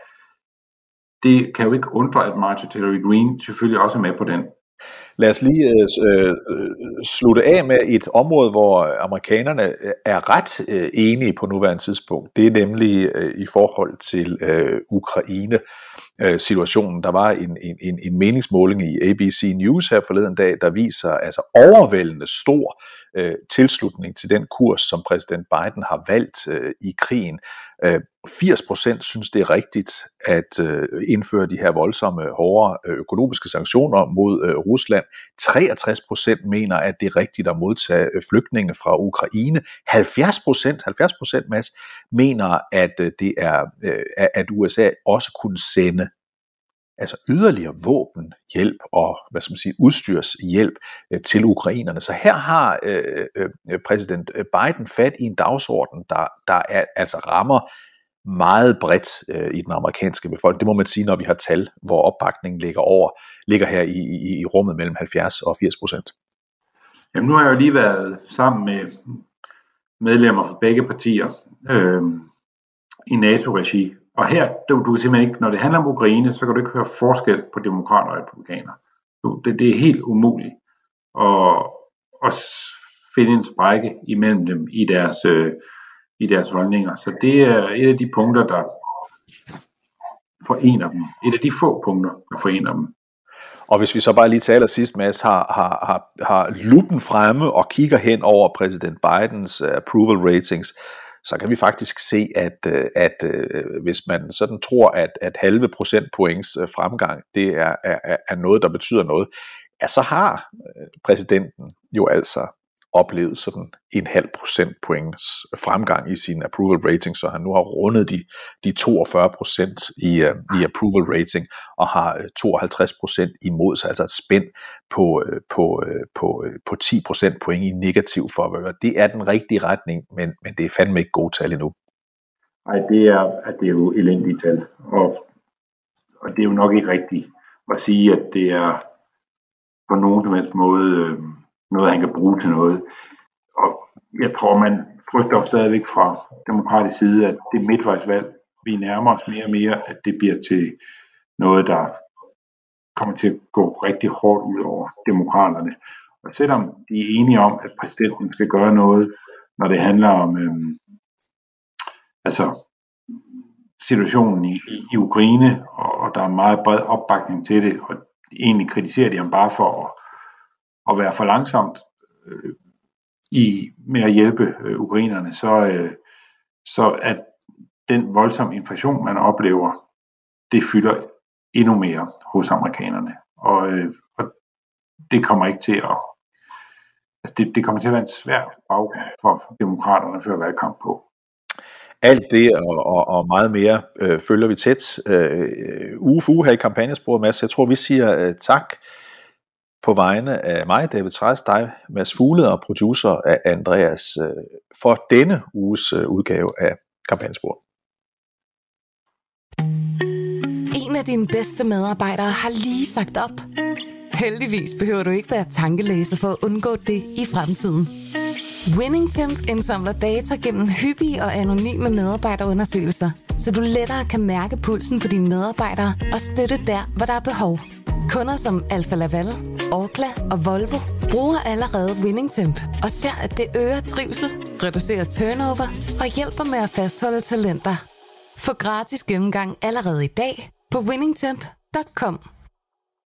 Speaker 3: det kan jo ikke undre, at Marjorie Taylor Greene selvfølgelig også er med på den.
Speaker 4: Lad os lige øh, slutte af med et område, hvor amerikanerne er ret øh, enige på nuværende tidspunkt. Det er nemlig øh, i forhold til øh, Ukraine-situationen. Der var en, en, en meningsmåling i A B C News her forleden dag, der viser altså overvældende stor øh, tilslutning til den kurs, som præsident Biden har valgt øh, i krigen. Øh, firs procent synes, det er rigtigt at øh, indføre de her voldsomme, hårde øh, økonomiske sanktioner mod øh, Rusland. treogtres procent mener, at det er rigtigt at modtage øh, flygtninge fra Ukraine. halvfjerds procent, halvfjerds procent Mads, mener, at øh, det er, øh, at U S A også kunne sende altså yderligere våbenhjælp og hvad skal man sige, udstyrshjælp øh, til ukrainerne. Så her har øh, øh, præsident Biden fat i en dagsorden, der, der er, altså rammer meget bredt øh, i den amerikanske befolkning. Det må man sige, når vi har tal, hvor opbakningen ligger over, ligger her i, i, i rummet mellem halvfjerds og firs procent.
Speaker 3: Jamen nu har jeg jo lige været sammen med medlemmer fra begge partier øh, i NATO-regi. Og her, du, du kan simpelthen ikke, når det handler om Ukraine, så kan du ikke høre forskel på demokrater og republikanere. Du, det, det er helt umuligt at, at finde en sprække imellem dem i deres, øh, i deres holdninger. Så det er et af de punkter, der forener dem. Et af de få punkter, der forener dem.
Speaker 4: Og hvis vi så bare lige taler sidst, Mads, har, har, har, har lupen fremme og kigger hen over præsident Bidens approval ratings, så kan vi faktisk se, at, at, at hvis man sådan tror, at, at halve procentpoints fremgang, det er, er, er noget, der betyder noget, ja, så har præsidenten jo altså oplevet sådan en halv procentpoints fremgang i sin approval rating, så han nu har rundet de, de toogfyrre procent i, i approval rating, og har tooghalvtreds procent imod sig, altså et spænd på, på, på, på ti procentpoint i negativ favør. Det er den rigtige retning, men, men det er fandme ikke gode tal endnu.
Speaker 3: Nej, det er, at det er jo elendige tal, og, og det er jo nok ikke rigtigt at sige, at det er på nogen som helst måde øh, noget, han kan bruge til noget. Og jeg tror, man frygter stadigvæk fra demokratisk side, at det midtvejsvalg, vi nærmer os mere og mere, at det bliver til noget, der kommer til at gå rigtig hårdt ud over demokraterne. Og selvom de er enige om, at præsidenten skal gøre noget, når det handler om øhm, altså situationen i, i Ukraine, og, og der er meget bred opbakning til det, og egentlig kritiserer de ham bare for at at være for langsomt øh, i med at hjælpe øh, ukrainerne, så, øh, så at den voldsomme inflation, man oplever, det fylder endnu mere hos amerikanerne. Og, øh, og det kommer ikke til at altså det, det kommer til at være en svær baggrund for demokraterne før valgkamp på.
Speaker 4: Alt det og, og, og meget mere øh, følger vi tæt øh, uge for uge her i kampagnesporet, Mads. Jeg tror, vi siger øh, tak på vegne af mig, David Trads, dig, Mads Fuglede og producer af Andreas, for denne uges udgave af Kampagnesporet.
Speaker 1: En af dine bedste medarbejdere har lige sagt op. Heldigvis behøver du ikke være tankelæser for at undgå det i fremtiden. WinningTemp indsamler data gennem hyppige og anonyme medarbejderundersøgelser, så du lettere kan mærke pulsen på dine medarbejdere og støtte der, hvor der er behov. Kunder som Alfa Laval, Orkla og Volvo bruger allerede WinningTemp og ser, at det øger trivsel, reducerer turnover og hjælper med at fastholde talenter. Få gratis gennemgang allerede i dag på winningtemp punktum com.